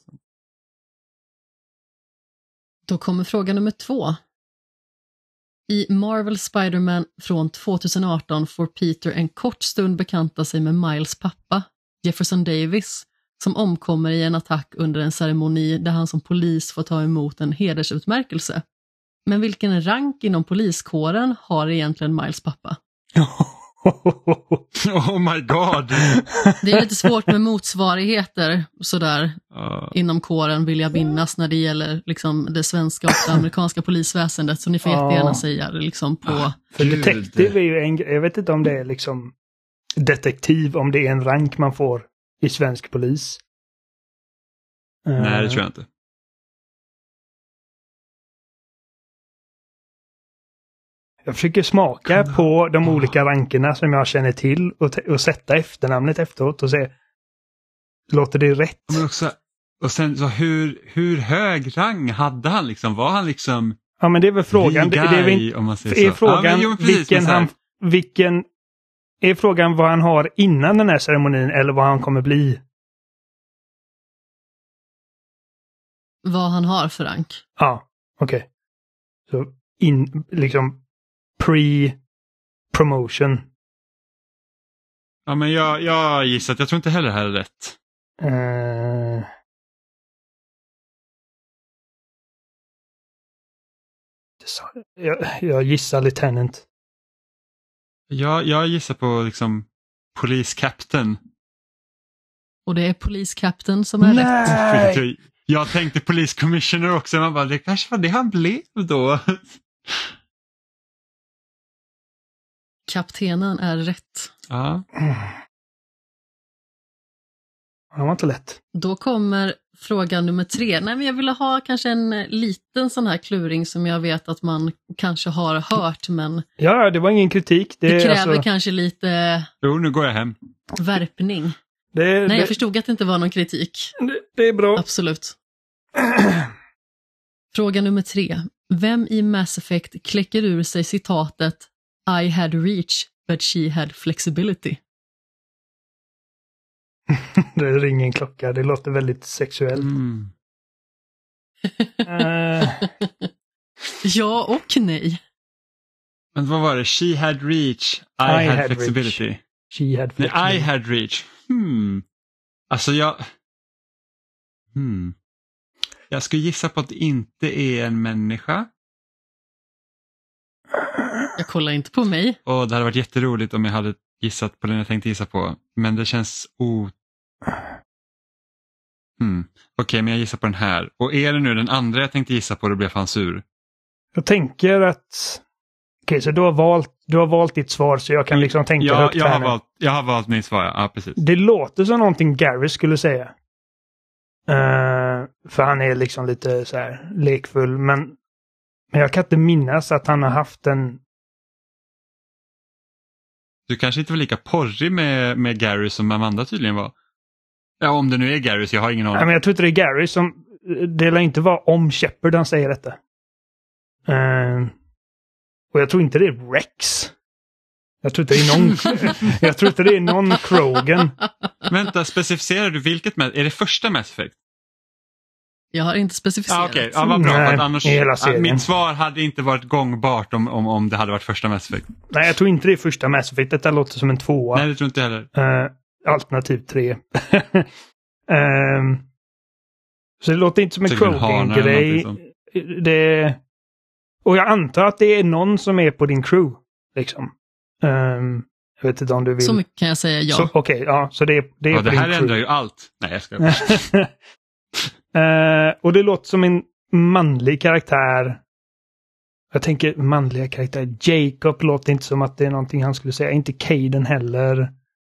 Då kommer fråga nummer 2. I Marvel Spider-Man från 2018 får Peter en kort stund bekanta sig med Miles pappa, Jefferson Davis, som omkommer i en attack under en ceremoni där han som polis får ta emot en hedersutmärkelse. Men vilken rank inom poliskåren har egentligen Miles pappa? Oh my god! Det är lite svårt med motsvarigheter sådär inom kåren, vill jag minnas, när det gäller liksom det svenska och det amerikanska polisväsendet, så ni får jättegärna säga det liksom på... För detektiv är ju jag vet inte om det är liksom detektiv, om det är en rank man får i svensk polis. Nej, det tror jag inte. Jag försöker smaka på de olika rankerna som jag känner till och sätta efternamnet efteråt och se, låter det rätt? Men också, och sen så hur hög rang hade han liksom? Var han liksom... Ja, men det är väl frågan. Är frågan vad han har innan den här ceremonin eller vad han kommer bli? Vad han har för rank? Ja, okej. Så liksom pre-promotion. Ja, men jag gissar att jag tror inte heller det här är rätt. Jag gissar lieutenant. Jag gissar på liksom poliskapten. Och det är poliskapten som är rätt. Jag tänkte poliscommissioner också. Man bara, det kanske var det han blev då. Kaptenen är rätt. Ja. Det var inte lätt. Då kommer fråga nummer 3. Nej, men jag ville ha kanske en liten sån här kluring som jag vet att man kanske har hört, men... Ja, det var ingen kritik. Det kräver kanske lite... Jo, nu går jag hem. Värpning. Jag förstod att det inte var någon kritik. Det är bra. Absolut. Fråga nummer 3. Vem i Mass Effect kläcker ur sig citatet I had reach, but she had flexibility? Det ringer en klocka. Det låter väldigt sexuellt. Mm. Ja och nej. Men vad var det? She had reach. I had flexibility. Reach. She had Nej, flexibility. I had reach. Alltså jag skulle gissa på att det inte är en människa. Jag kollar inte på mig. Och det hade varit jätteroligt om jag hade gissat på den jag tänkte gissa på. Men det känns Okej, men jag gissar på den här. Och är det nu den andra jag tänkte gissa på, då blir jag fan sur. Jag tänker att... Okej, så du har valt ditt svar så jag kan liksom tänka högt här nu. Jag har valt mitt svar, ja precis. Det låter som någonting Gary skulle säga. För han är liksom lite så här lekfull. Men jag kan inte minnas att han har haft en... Du kanske inte var lika porrig med Gary som Amanda tydligen var. Ja, om det nu är Gary så jag har ingen aning. Nej, men jag tror inte det är Gary som... Det lär inte vara om Shepard han säger detta. Och jag tror inte det är Rex. Jag tror inte det är någon... jag tror inte det är någon Krogan. Vänta, specificerar du vilket är det första Mass Effect? Jag har inte specificerat. Okej, ja, vad bra. Nej, för att annars, hela serien. mitt svar hade inte varit gångbart om det hade varit första Mass Effect. Nej, jag tror inte det är första Mass Effect. Detta låter som en 2. Nej, det tror inte jag heller. Alternativ 3. Så det låter inte som en Krogan-grej. Och jag antar att det är någon som är på din crew. Liksom. Jag vet inte om du vill... Så mycket kan jag säga ja. Okej, ja. Så det är på det din här crew. ändrar ju allt. Nej, jag ska. Och det låter som en manlig karaktär. Jag tänker manliga karaktär. Jacob låter inte som att det är någonting han skulle säga. Inte Caden heller.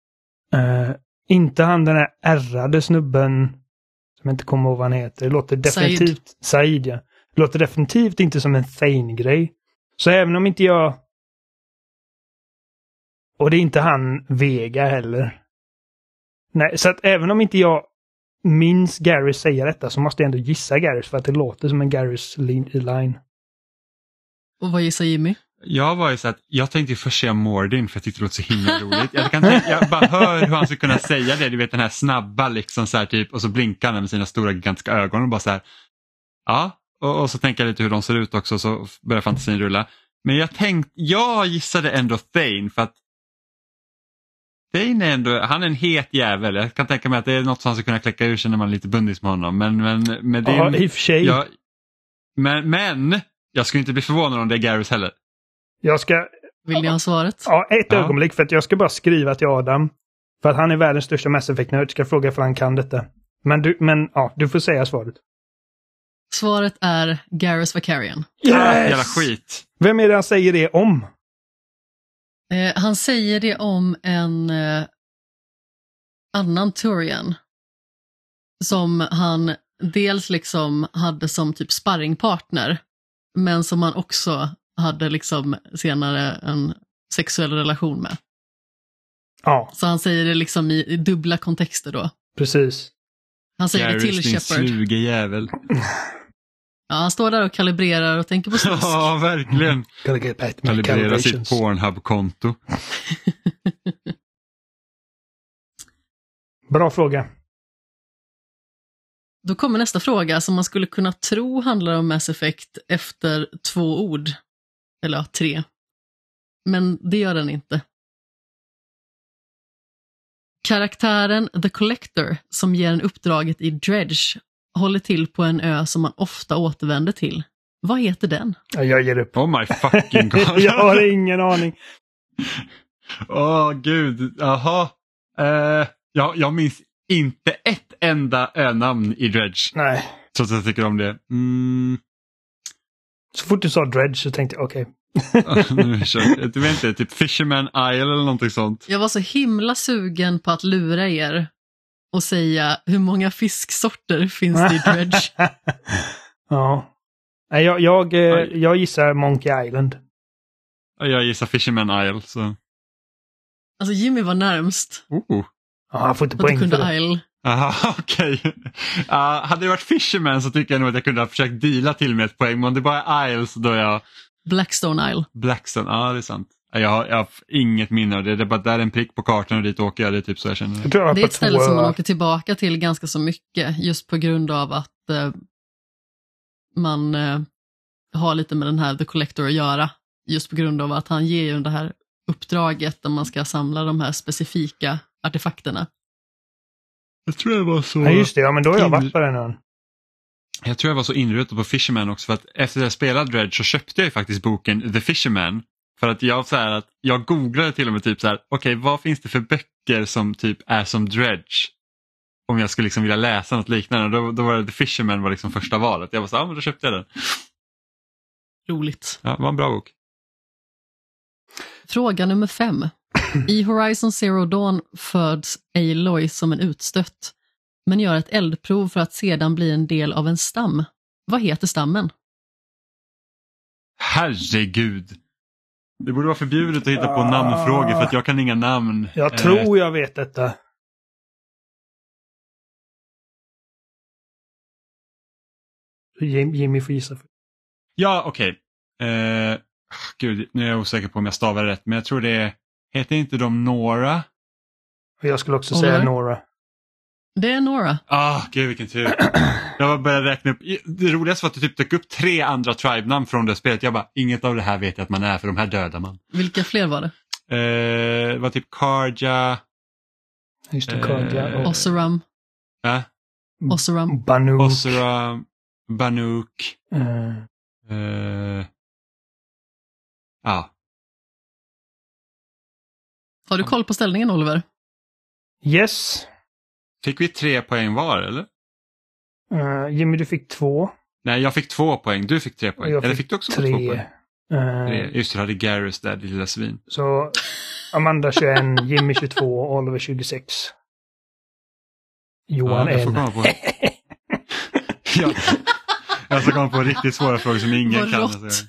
Inte han den här ärrade snubben som inte kommer ihåg vad han heter. Det låter definitivt... Said, ja. Det låter definitivt inte som en Thane-grej. Så även om inte jag... Och det är inte han Vega heller. Nej, så att även om inte jag minns Gary säga detta så måste jag ändå gissa Garys för att det låter som en Garys line. Och vad gissar Jimmy? Jag var ju så att jag tänkte ju först säga Mordin för jag tyckte det låter så himla roligt. Jag bara hör hur han ska kunna säga det. Du vet den här snabba liksom så här typ och så blinkar han med sina stora gigantiska ögon och bara så här. Ja, och så tänker jag lite hur de ser ut också så börjar fantasin rulla. Men jag gissade ändå Thane för att Thane är ändå, han är en het jävel. Jag kan tänka mig att det är något som han ska kunna kläcka ur sig när man är lite bundis med honom. Men med din... Ja, i och för sig. Men jag skulle inte bli förvånad om det är Garrus heller. Jag ska... Vill ni ha svaret? Ja, ett ögonblick för att jag ska bara skriva till Adam. För att han är världens största Mass Effect-nörd. Ska fråga för han kan detta. Men du får säga svaret. Svaret är Garrus Vakarian. Yes! Jävla skit. Vem är det han säger det om? Han säger det om en annan Turian. Som han dels liksom hade som typ sparringpartner. Men som han också hade liksom senare en sexuell relation med. Ja. Så han säger det liksom i dubbla kontexter då. Precis. Han säger Garrus, det till din Shepard. sluge jävel. Ja, han står där och kalibrerar och tänker på snusk. Ja, verkligen. Kalibrera sitt Pornhub-konto. Bra fråga. Då kommer nästa fråga som man skulle kunna tro handlar om Mass Effect efter 2 ord. Eller ja, 3. Men det gör den inte. Karaktären The Collector som ger en uppdraget i Dredge håller till på en ö som man ofta återvänder till. Vad heter den? Jag ger upp. Oh my fucking god. Jag har ingen aning. Gud. Jaha. Jag minns inte ett enda önamn i Dredge. Nej. Trots att jag tycker om det. Så fort du sa Dredge så tänkte jag okej. Du vet inte, typ Fisherman Isle eller någonting sånt. Jag var så himla sugen på att lura er och säga hur många fisksorter finns det i Dredge. Ja. Jag gissar Monkey Island. Jag gissar Fisherman Isle. Så. Alltså Jimmy var närmst. Ja, han får inte Att poäng du för kunde det. Isle. Aha, okej. Hade det varit Fisherman så tycker jag nog att jag kunde ha försökt deala till med ett poäng. Men om det bara är Isle så då är jag... Blackstone Isle. Blackstone, ja det är sant. Jag har inget minne av det. Det är bara där en prick på kartan och dit åker jag. Det är typ så jag känner. Jag tror jag var Det är på ett ställe 2 som man öar. åker tillbaka till ganska så mycket just på grund av att man har lite med den här The Collector att göra. Just på grund av att han ger ju det här uppdraget där man ska samla de här specifika artefakterna. Jag tror jag var så... Ja, just det. Ja, men då har jag varit på den ön. Jag tror jag var så inrutad på Fisherman också för att efter att jag spelade Dredge så köpte jag ju faktiskt boken The Fisherman. För att jag googlade till och med typ så här, okej, vad finns det för böcker som typ är som Dredge? Om jag skulle liksom vilja läsa något liknande. Då var det The Fisherman var liksom första valet. Jag var så men då köpte jag den. Roligt. Ja, det var en bra bok. Fråga nummer 5. I Horizon Zero Dawn föds Aloy som en utstött, men gör ett eldprov för att sedan bli en del av en stam. Vad heter stammen? Herregud. Det borde vara förbjudet att hitta på namnfrågor för att jag kan inga namn. Jag tror jag vet detta. Jimmy får gissa. Ja, okej. Gud, nu är jag osäker på om jag stavar rätt, men jag tror det heter inte de Nora? Och jag skulle också Oliver? säga Nora. Det är Nora. Gud vilken tur. Jag började räkna upp. Det roligaste var att det typ dök upp 3 andra tribe-namn från det spelet. Jag bara, inget av det här vet jag att man är, för de här dödar man. Vilka fler var det? Det var typ Karja. Just det, Karja och Oseram. Ja. Oseram. Banuk. Osra, Banuk. Ja. Har du koll på ställningen, Oliver? Yes. Fick vi 3 poäng var, eller? Jimmy, du fick 2. Nej, jag fick 2 poäng. Du fick 3 poäng. Jag Eller fick fick du också 2 3. poäng? 3. Just det, hade Garrus där, det lilla svin. Så Amanda 21, Jimmy 22 och Oliver 26. Johan jag får 1. komma på. Jag ska komma på riktigt svåra frågor som ingen Vad kan. rått. Alltså.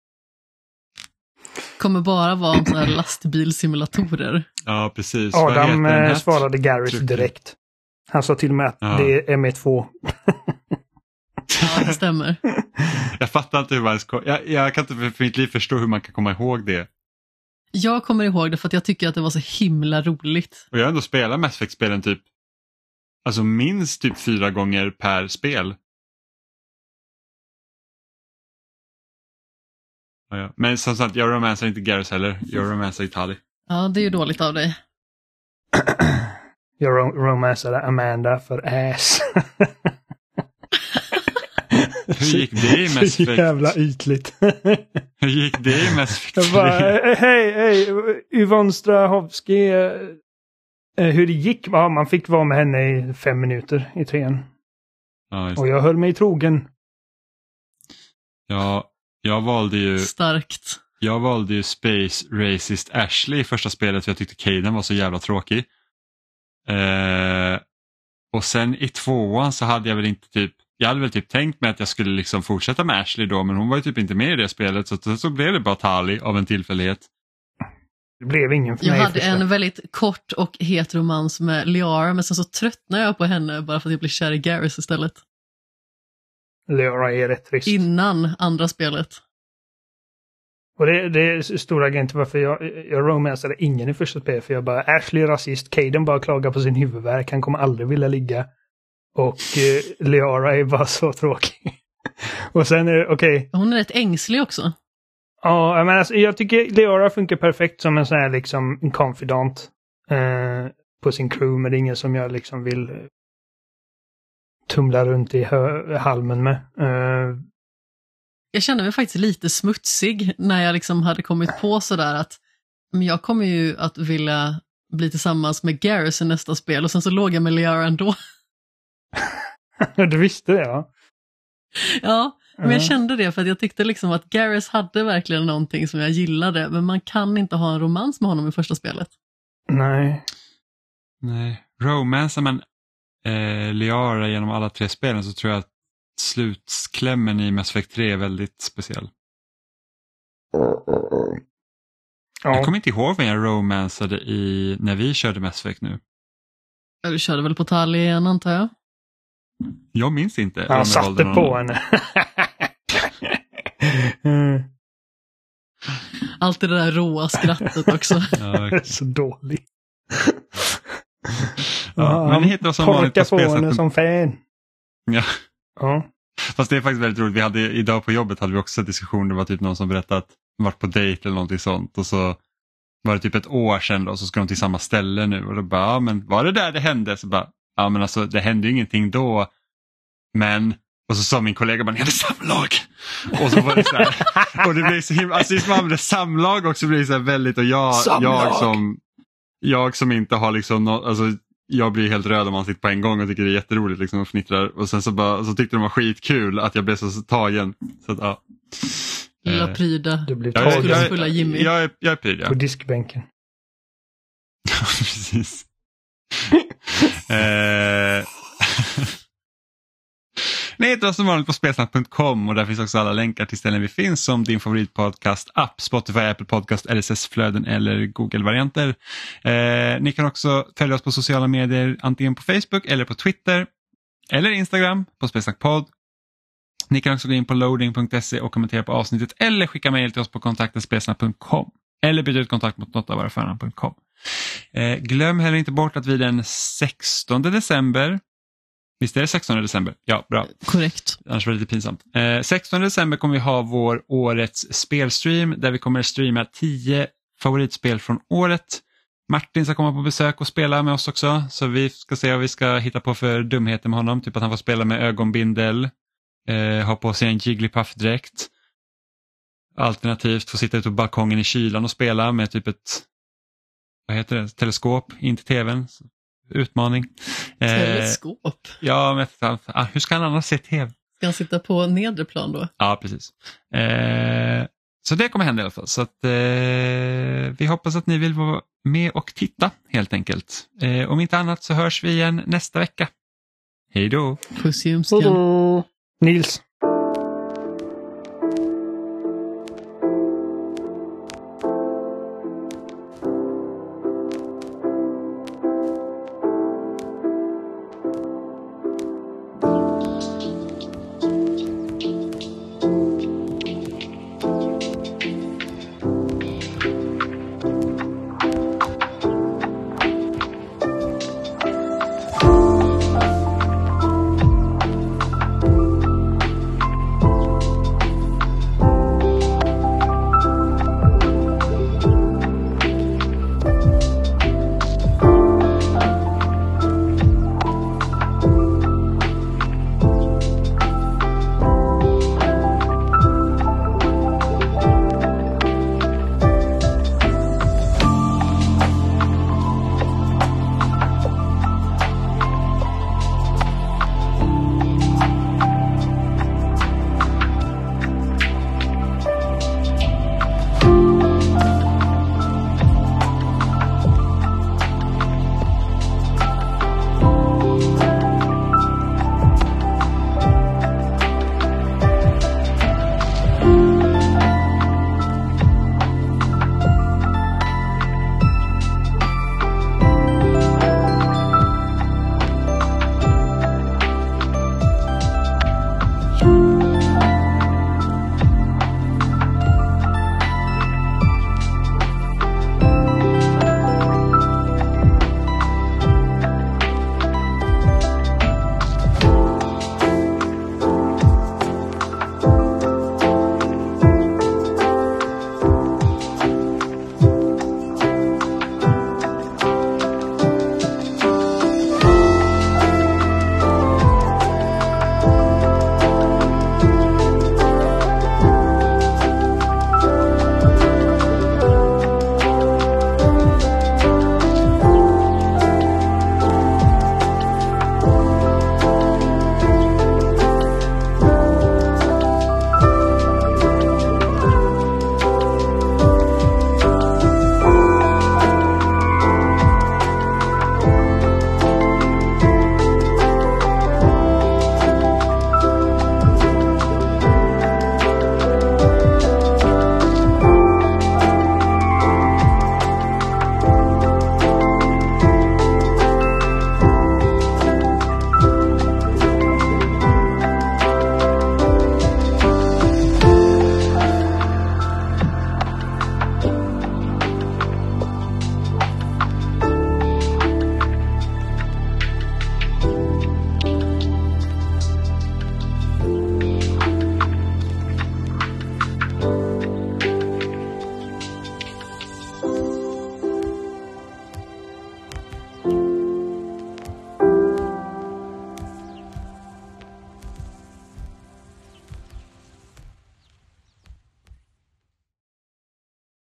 Kommer bara vara en sån här lastbilsimulatorer. Ja, precis. Vad Adam heter den här? svarade Garrus Trycker. direkt. Han sa till och med att Ja. det är M2. Ja, det stämmer. Jag fattar inte hur man jag kan inte för mitt liv förstå hur man kan komma ihåg det. Jag kommer ihåg det för att jag tycker att det var så himla roligt. Och jag har ändå spelat Mass Effect-spelen typ alltså minst typ 4 gånger per spel. Ja. Men som sagt, jag romansar inte Garrus heller. Jag romansar Itali. Ja, det är ju dåligt av dig. Jag romansade Amanda för ass. Hur gick det i Mass Så Effect? jävla ytligt. Hur gick det i Mass Effect? Jag bara, hej, Yvonne Strahovski. Hur det gick? Ja, man fick vara med henne i 5 minuter i 3. Ja, just Och det. jag höll mig trogen. Ja, Starkt. jag valde ju Space Racist Ashley i första spelet för jag tyckte Kaden var så jävla tråkig. Och sen i 2:an så hade jag väl inte typ, jag hade väl typ tänkt mig att jag skulle liksom fortsätta med Ashley då, men hon var ju typ inte med i det spelet, så blev det bara Tali av en tillfällighet. Det blev ingen för Jag mig. hade en väldigt kort och het romans med Liara, men sen så tröttnade jag på henne bara för att jag blev kär i Garrus istället. Leora är rätt trist. Innan andra spelet. Och det är stora grejen till varför jag romansade ingen i första spelet. För jag bara, Ashley är rasist, Kaden bara klagar på sin huvudvärk, han kommer aldrig vilja ligga. Och Leora är bara så tråkig. Och sen är det, okej. Hon är rätt ängslig också. Ja, men alltså, jag tycker Leora funkar perfekt som en sån här liksom en confidant på sin crew, men det är ingen som jag liksom vill tumla runt i halmen med. Jag kände mig faktiskt lite smutsig när jag liksom hade kommit på sådär att men jag kommer ju att vilja bli tillsammans med Garrus i nästa spel och sen så låg jag med Liara ändå. Du visste det, ja. Ja, men jag kände det för att jag tyckte liksom att Garrus hade verkligen någonting som jag gillade, men man kan inte ha en romans med honom i första spelet. Nej. Romansar man Liara genom alla 3 spelen så tror jag att slutklämmen i Mass Effect 3 är väldigt speciell. Ja. Jag kommer inte ihåg vad jag romansade i när vi körde Mass Effect nu. Du körde väl på Tali igen, antar jag? Jag minns inte. om Han jag satte valde någon. på henne. Alltid det där råa skrattet också. Ja, Det är så dålig. ja, men ni hittar oss som vanligt på Torka på henne spelsnack. som fan. Ja. Ja. Fast det är faktiskt väldigt roligt. Vi hade, idag på jobbet hade vi också en diskussion. Det var typ någon som berättade att de varit på dejt eller någonting sånt. Och så var det typ ett år sedan då, så ska de till samma ställe nu. Och då bara, ja men var det där det hände? Så bara, ja men alltså det hände ju ingenting då. Men, och så sa min kollega bara, ni hade samlag. Och så var det så här, och det blev så himla, alltså just man använder samlag också blir det så här väldigt, och jag som inte har liksom alltså jag blir helt röd om man sitter på en gång och tycker det är jätteroligt liksom och fnittrar. Och sen så tyckte de var skitkul att jag blev så tagen. Så att, ja. Lilla pryda. Du blir Jag tagen Skuldfulla Jimmy. jag är pryd, ja. på diskbänken. Precis. Ni hittar oss som vanligt på spelsnack.com och där finns också alla länkar till ställen vi finns som din favoritpodcast, app, Spotify, Apple Podcast, RSS-flöden eller Google-varianter. Ni kan också följa oss på sociala medier antingen på Facebook eller på Twitter eller Instagram på Spelsnackpodd. Ni kan också gå in på loading.se och kommentera på avsnittet eller skicka mejl till oss på kontakten@spelsnack.com eller byta ut kontakt mot något av våra förnamn.com. Glöm heller inte bort att vi den 16 december, visst är det 16 december? Ja, bra. Korrekt. Annars var det lite pinsamt. 16 december kommer vi ha vår årets spelstream där vi kommer streama 10 favoritspel från året. Martin ska komma på besök och spela med oss också, så vi ska se vad vi ska hitta på för dumheter med honom. Typ att han får spela med ögonbindel, ha på sig en Jigglypuff-dräkt. Alternativt få sitta ute på balkongen i kylan och spela med typ ett, vad heter det, teleskop in till tvn. Utmaning. Teleskop. Ja, men hur ska han annars se tv? Ska han sitta på nedre plan då? Ja, precis. Så det kommer hända i alla fall. Så att, vi hoppas att ni vill vara med och titta helt enkelt. Om inte annat så hörs vi igen nästa vecka. Hej då! Puss i ljumsken. Hejdå! Nils. Hej.